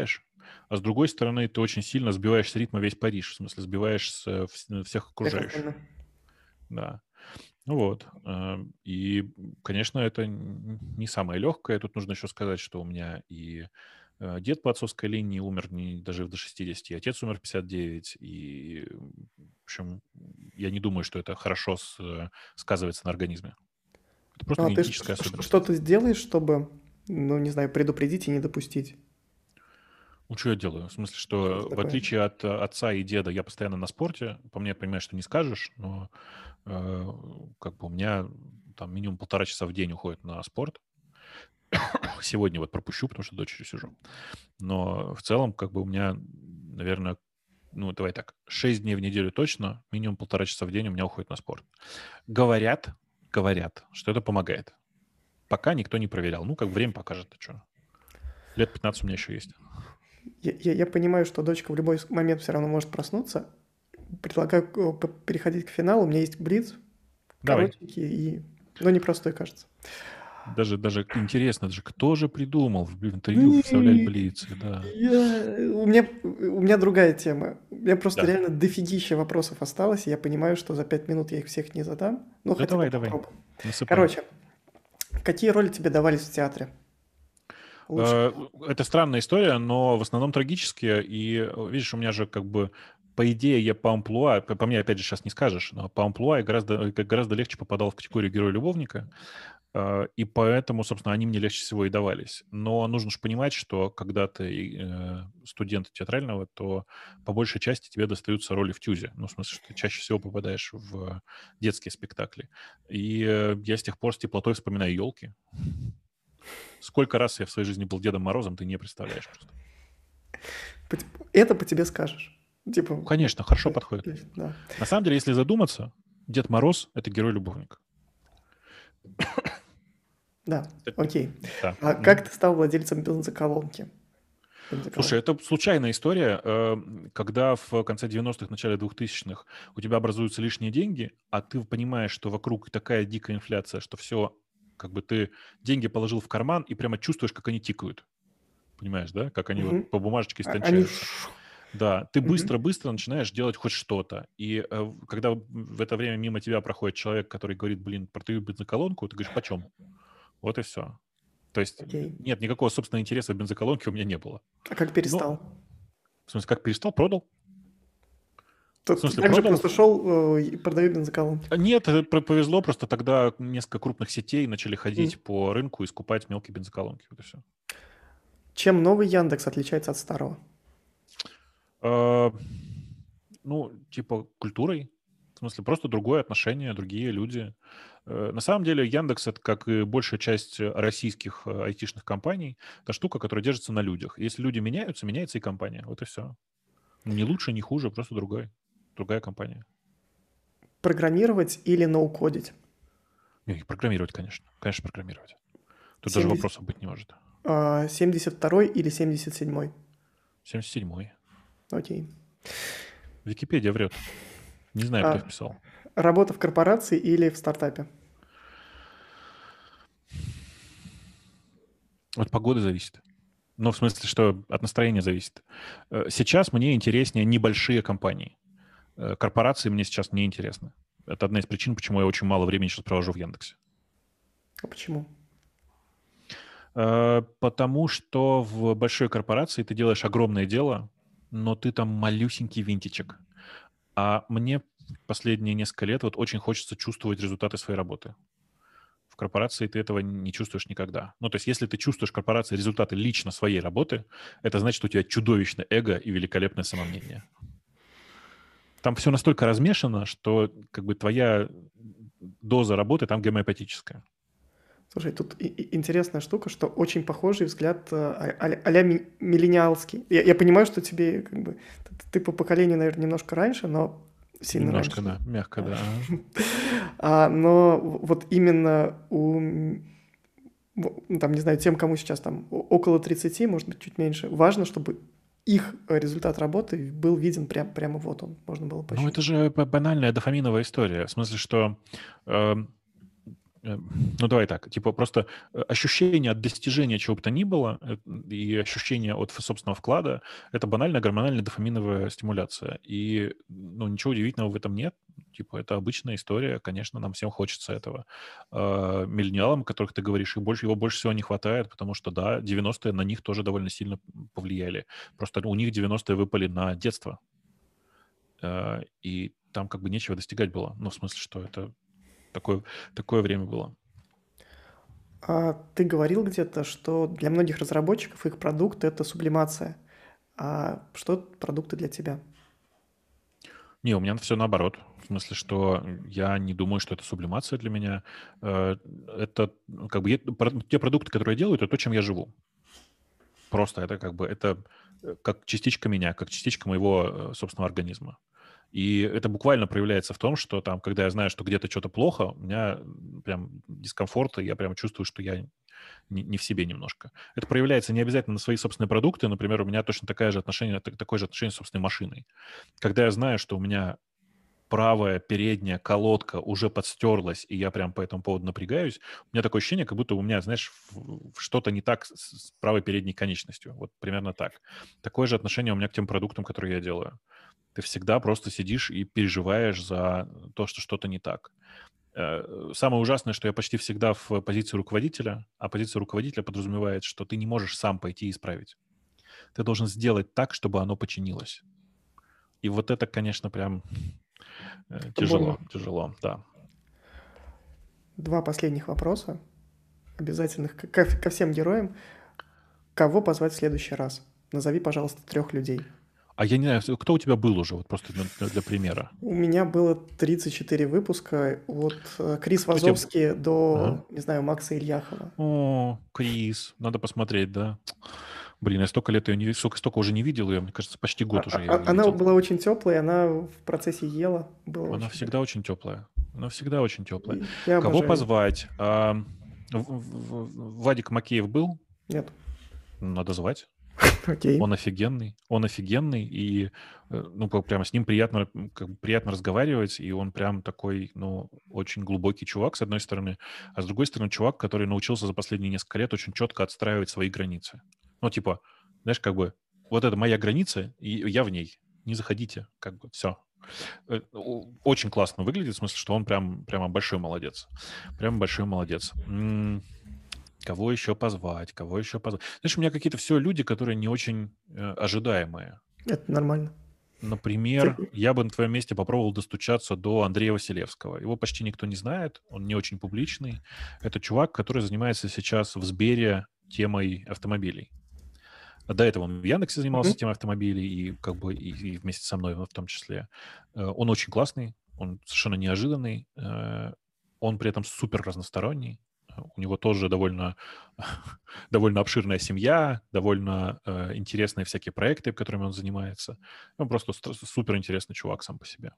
а с другой стороны, ты очень сильно сбиваешь с ритма весь Париж, в смысле, сбиваешь с, э, вс- всех Всех окружающих. остальных. Да. Ну вот. э, И, конечно, это н- не самое легкое. Тут нужно еще сказать, что у меня и э, дед по отцовской линии умер, не дожив до шестидесяти, и отец умер в пятьдесят девять. И, в общем, я не думаю, что это хорошо с- э, сказывается на организме. Это просто А ты ш- генетическая ш- ш- особенность. что ты сделаешь, чтобы, ну, не знаю, предупредить и не допустить? Ну, что я делаю? В смысле, Что-то что в такое. отличие от э, отца и деда, я постоянно на спорте. По мне, я понимаю, что не скажешь, но э, как бы у меня там минимум полтора часа в день уходит на спорт. Сегодня вот пропущу, потому что с дочерью сижу. Но в целом, как бы у меня, наверное, ну, давай так, шесть дней в неделю точно, минимум полтора часа в день у меня уходит на спорт. Говорят, говорят, что это помогает. Пока никто не проверял. Ну, как время покажет, а что. Лет пятнадцать у меня еще есть. Я, я- я понимаю, что дочка в любой с- момент все равно может проснуться. Предлагаю э, п- переходить к финалу. У меня есть блиц, Давай. коротенький, и... но непростой, кажется. Даже, даже интересно, даже кто же придумал в в интервью Ну, вставлять блицы, да. я- У меня, у меня другая тема. У меня просто Да. реально дофигища вопросов осталось, и я понимаю, что за пять минут я их всех не задам. Ну, Да хотя бы давай, давай, попробую. насыпай. Короче, какие роли тебе давались в театре? Лучше. Э, Это странная история, но в основном трагические. И э, видишь, у меня же как бы по идее я по амплуа, по, по мне опять же сейчас не скажешь, но по амплуа я гораздо, э, как гораздо легче попадал в категорию героя-любовника, э, и поэтому, собственно, они мне легче всего и давались. Но нужно же понимать, что когда ты э, студент театрального, то по большей части тебе достаются роли в тюзе. Ну, в смысле, что ты чаще всего попадаешь в детские спектакли. И э, я с тех пор с теплотой вспоминаю елки. Сколько раз я в своей жизни был Дедом Морозом, ты не представляешь просто. По те- Это по тебе скажешь. Типа, Конечно, хорошо да, подходит. да. На самом деле, если задуматься, Дед Мороз — это герой-любовник. Да, Это- окей. Да. А Мгм. как ты стал владельцем бензоколонки? Слушай, Бензоколонки. это случайная история, э, когда в конце девяностых, начале двухтысячных у тебя образуются лишние деньги, а ты понимаешь, что вокруг такая дикая инфляция, что все, как бы ты деньги положил в карман и прямо чувствуешь, как они тикают. Понимаешь, да? Как они вот Мгм. по бумажечке А- Они... истончаются. ш- Да, ты Мгм. быстро-быстро начинаешь делать хоть что-то. И э, в- когда в в это время мимо тебя проходит человек, который говорит, блин, продаю бензоколонку, ты говоришь, почем? Вот и все. То есть Окей. нет, никакого собственного интереса в бензоколонке у меня не было. А как Но, перестал? в смысле, как перестал, продал. В Тут смысле, так же продал. просто шел э, и продаю бензоколонки. А Нет, э, про- повезло, просто тогда несколько крупных сетей начали М. ходить по рынку и скупать мелкие бензоколонки. Вот и все. Чем новый Яндекс отличается от старого? Ну, типа культурой. В смысле, просто другое отношение, другие люди. Э, На самом деле Яндекс — это, как и большая часть э, российских э, айтишных компаний, это штука, которая держится на людях. Если люди меняются, меняется и компания. Вот и все. Не лучше, не хуже, просто другой. Другая компания. Программировать или ноу-кодить? Не, и программировать, конечно. Конечно, программировать. Тут даже семьдесят, вопросов быть не может. а, семьдесят второй или семьдесят седьмой? семьдесят седьмой. Окей. Википедия врет. Не знаю, кто А, их писал. работа в корпорации или в стартапе? От погоды зависит. Ну, в смысле, что от настроения зависит. Э, Сейчас мне интереснее небольшие компании. Э, Корпорации мне сейчас не интересны. Это одна из причин, почему я очень мало времени сейчас провожу в Яндексе. А почему? Э, Потому что в большой корпорации ты делаешь огромное дело, но ты там малюсенький винтичек. А мне последние несколько лет вот очень хочется чувствовать результаты своей работы. В корпорации ты этого не чувствуешь никогда. Ну, то есть если ты чувствуешь в корпорации результаты лично своей работы, это значит, что у тебя чудовищное эго и великолепное самомнение. Там все настолько размешано, что как бы твоя доза работы там гомеопатическая. Слушай, тут и- и интересная штука, что очень похожий взгляд э, а- а- а-ля ми- миллениалский. Я, я понимаю, что тебе как бы... Ты, ты по поколению, наверное, немножко раньше, но сильно Немножко, раньше. да, мягко, да. ага. А, но в- вот именно у... м, в- ну, там, не знаю, тем, кому сейчас там о- около тридцати, может быть, чуть меньше, важно, чтобы их э, результат работы был виден прям, прямо вот он, можно было Ну, это пощупать. же ба- банальная дофаминовая история. В смысле, что э, Э, Ну, давай так. Типа просто э, ощущение от достижения чего бы то ни было э, и ощущение от ф- собственного вклада — это банальная гормональная дофаминовая стимуляция. И, ну, ничего удивительного в этом нет. Типа это обычная история. Конечно, нам всем хочется этого. А, Миллениалам, о которых ты говоришь, их больше, его больше всего не хватает, потому что, да, девяностые на них тоже довольно сильно повлияли. Просто у них девяностые выпали на детство. А, И там как бы нечего достигать было. Ну, в смысле, что это такое, такое время было. А ты говорил где-то, что для многих разработчиков их продукт — это сублимация. А что продукты для тебя? Не, у меня все наоборот. В смысле, что я не думаю, что это сублимация для меня. Э, Это ну, как бы е- про- те продукты, которые я делаю, это то, чем я живу. Просто это как бы это э, как частичка меня, как частичка моего э, собственного организма. И это буквально проявляется в том, что там, когда я знаю, что где-то что-то плохо, у меня м, прям дискомфорт, и я прям чувствую, что я не, не в себе немножко. Это проявляется не обязательно на свои собственные продукты. Например, у меня точно такое же отношение, так- такое же отношение с собственной машиной. Когда я знаю, что у меня правая передняя колодка уже подстерлась, и я прям по этому поводу напрягаюсь, у меня такое ощущение, как будто у меня, знаешь, в- в что-то не так с с правой передней конечностью. Вот примерно так. Такое же отношение у меня к тем продуктам, которые я делаю. Ты всегда просто сидишь и переживаешь за то, что что-то не так. Э, Самое ужасное, что я почти всегда в позиции руководителя, а позиция руководителя подразумевает, что ты не можешь сам пойти и исправить. Ты должен сделать так, чтобы оно починилось. И вот это, конечно, прям э, Это больно. тяжело, тяжело, да. Два последних вопроса, обязательных к- ко, ко всем героям. Кого позвать в следующий раз? Назови, пожалуйста, трех людей. А я не знаю, кто у тебя был уже, вот просто для, для примера. У меня было тридцать четыре выпуска от э, Крис Кто тебе... б- Вазовски Ага. до, не знаю, Макса Ильяхова. О, Крис, надо посмотреть, да. Блин, я столько лет ее не видел, столько, столько уже не видел ее, мне кажется, почти А- год уже я ее а- не Она видел. была очень теплая, она в процессе ела, было Она очень всегда приятно. очень теплая. Она всегда очень теплая. И я Кого обожаю. позвать? А, в- в- в- Вадик Макеев был? Нет. Надо звать. Окей. Он офигенный, он офигенный, и э, ну, по- прямо с ним приятно, м, как бы приятно разговаривать, и он прям такой, ну, очень глубокий чувак, с одной стороны, а с другой стороны, чувак, который научился за последние несколько лет очень четко отстраивать свои границы. Ну, типа, знаешь, как бы, вот это моя граница, и я в ней, не заходите, как бы, все. Очень классно выглядит, в смысле, что он прям, прямо большой молодец. Прям большой молодец. М, Кого еще позвать? Кого еще позвать? Знаешь, у меня какие-то все люди, которые не очень э, ожидаемые. Это нормально. Например, Терпи. я бы на твоем месте попробовал достучаться до Андрея Василевского. Его почти никто не знает, он не очень публичный. Это чувак, который занимается сейчас в Сбере темой автомобилей. А До этого он в Яндексе Мгм. занимался темой автомобилей, и как бы и, и вместе со мной в том числе. Э, Он очень классный, он совершенно неожиданный, э, он при этом супер разносторонний. Э, У него тоже довольно, довольно обширная семья, довольно э, интересные всякие проекты, которыми он занимается. Он просто супер интересный чувак сам по себе.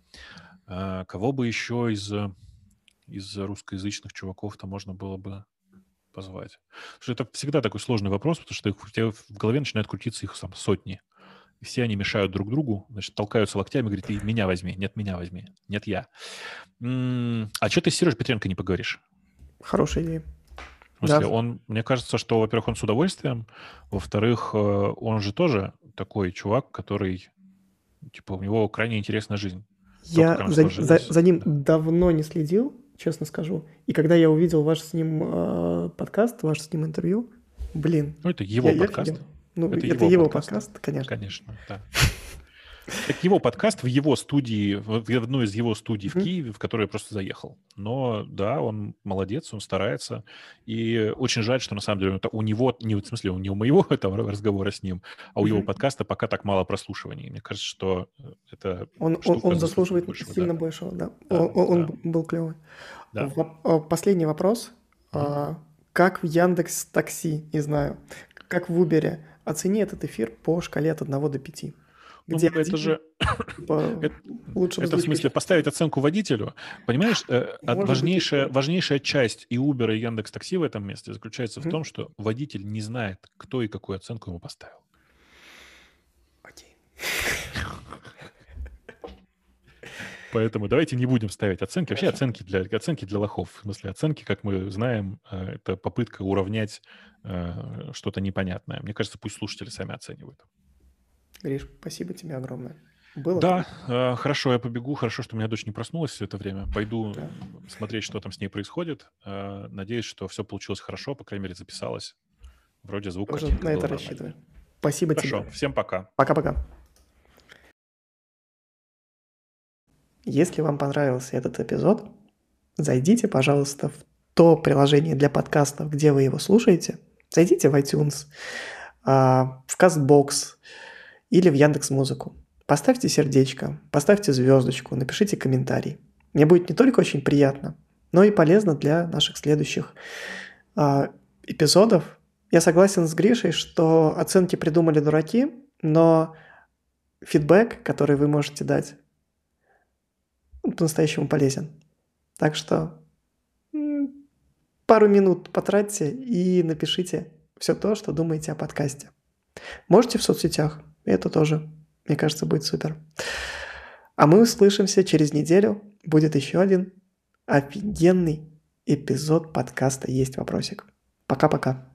Э, Кого бы еще из, э, из русскоязычных чуваков-то можно было бы позвать? Потому что это всегда такой сложный вопрос, потому что их, у тебя в голове начинают крутиться их сам сотни. И все они мешают друг другу, значит, толкаются локтями, говорят, ты меня возьми, нет, меня возьми, нет, я. М, А что ты с Сережей Петренко не поговоришь? Хорошая идея. В Да. смысле, он, мне кажется, что, во-первых, он с удовольствием, во-вторых, э, он же тоже такой чувак, который, типа, у него крайне интересная жизнь. То, как Я она за, за- сложилась. за ним Да. давно не следил, честно скажу. И когда я увидел ваш с ним э, подкаст, ваше с ним интервью, блин, Ну, это я, его я офигел. подкаст. Ну, Это это его его подкаст. подкаст, конечно. Конечно, да. Это его подкаст в его студии, в в одной из его студий в Мгм. Киеве, в которую я просто заехал. Но да, он молодец, он старается. И очень жаль, что на самом деле это у него, не в смысле, не у моего этого разговора с ним, а у его Мгм. подкаста пока так мало прослушиваний. Мне кажется, что э, эта Он, он, штука он заслуживает заслуживает большего. Да, сильно большего, да. Он, да, он- он да, б- был клевый. да. Воп- а, Последний вопрос. Мгм. А, Как в Яндекс Такси, не знаю, как в Убере, оцени этот эфир по шкале от одного до пяти. Где Ну, это один, же типа, Это, лучше бы это в озвучка смысле поставить оценку водителю. Понимаешь, э, от- может быть и важнейшая, такое. важнейшая часть и Uber, и Яндекс.Такси в этом месте заключается в Мгм. том, что водитель не знает, кто и какую оценку ему поставил. Окей. Поэтому давайте не будем ставить оценки. Вообще Хорошо. оценки для, оценки для лохов. В смысле, оценки, как мы знаем, э, это попытка уравнять э, что-то непонятное. Мне кажется, пусть слушатели сами оценивают. Гриш, спасибо тебе огромное. Было Да, круто. э, хорошо, я побегу. Хорошо, что у меня дочь не проснулась все это время. Пойду Да. м, смотреть, что там с ней происходит. Э, Надеюсь, что все получилось хорошо, по крайней мере, записалось. Вроде звук, Тоже картинка на было это нормально. рассчитываю. Спасибо Хорошо, тебе. всем пока. Пока-пока. Если вам понравился этот эпизод, зайдите, пожалуйста, в то приложение для подкастов, где вы его слушаете. Зайдите в iTunes, а, в CastBox или в Яндекс.Музыку. Поставьте сердечко, поставьте звездочку, напишите комментарий. Мне будет не только очень приятно, но и полезно для наших следующих а, эпизодов. Я согласен с Гришей, что оценки придумали дураки, но фидбэк, который вы можете дать, он по-настоящему полезен. Так что м, пару минут потратьте и напишите все то, что думаете о подкасте. Можете в соцсетях, это тоже, мне кажется, будет супер. А мы услышимся через неделю. Будет еще один офигенный эпизод подкаста «Есть вопросик». Пока-пока.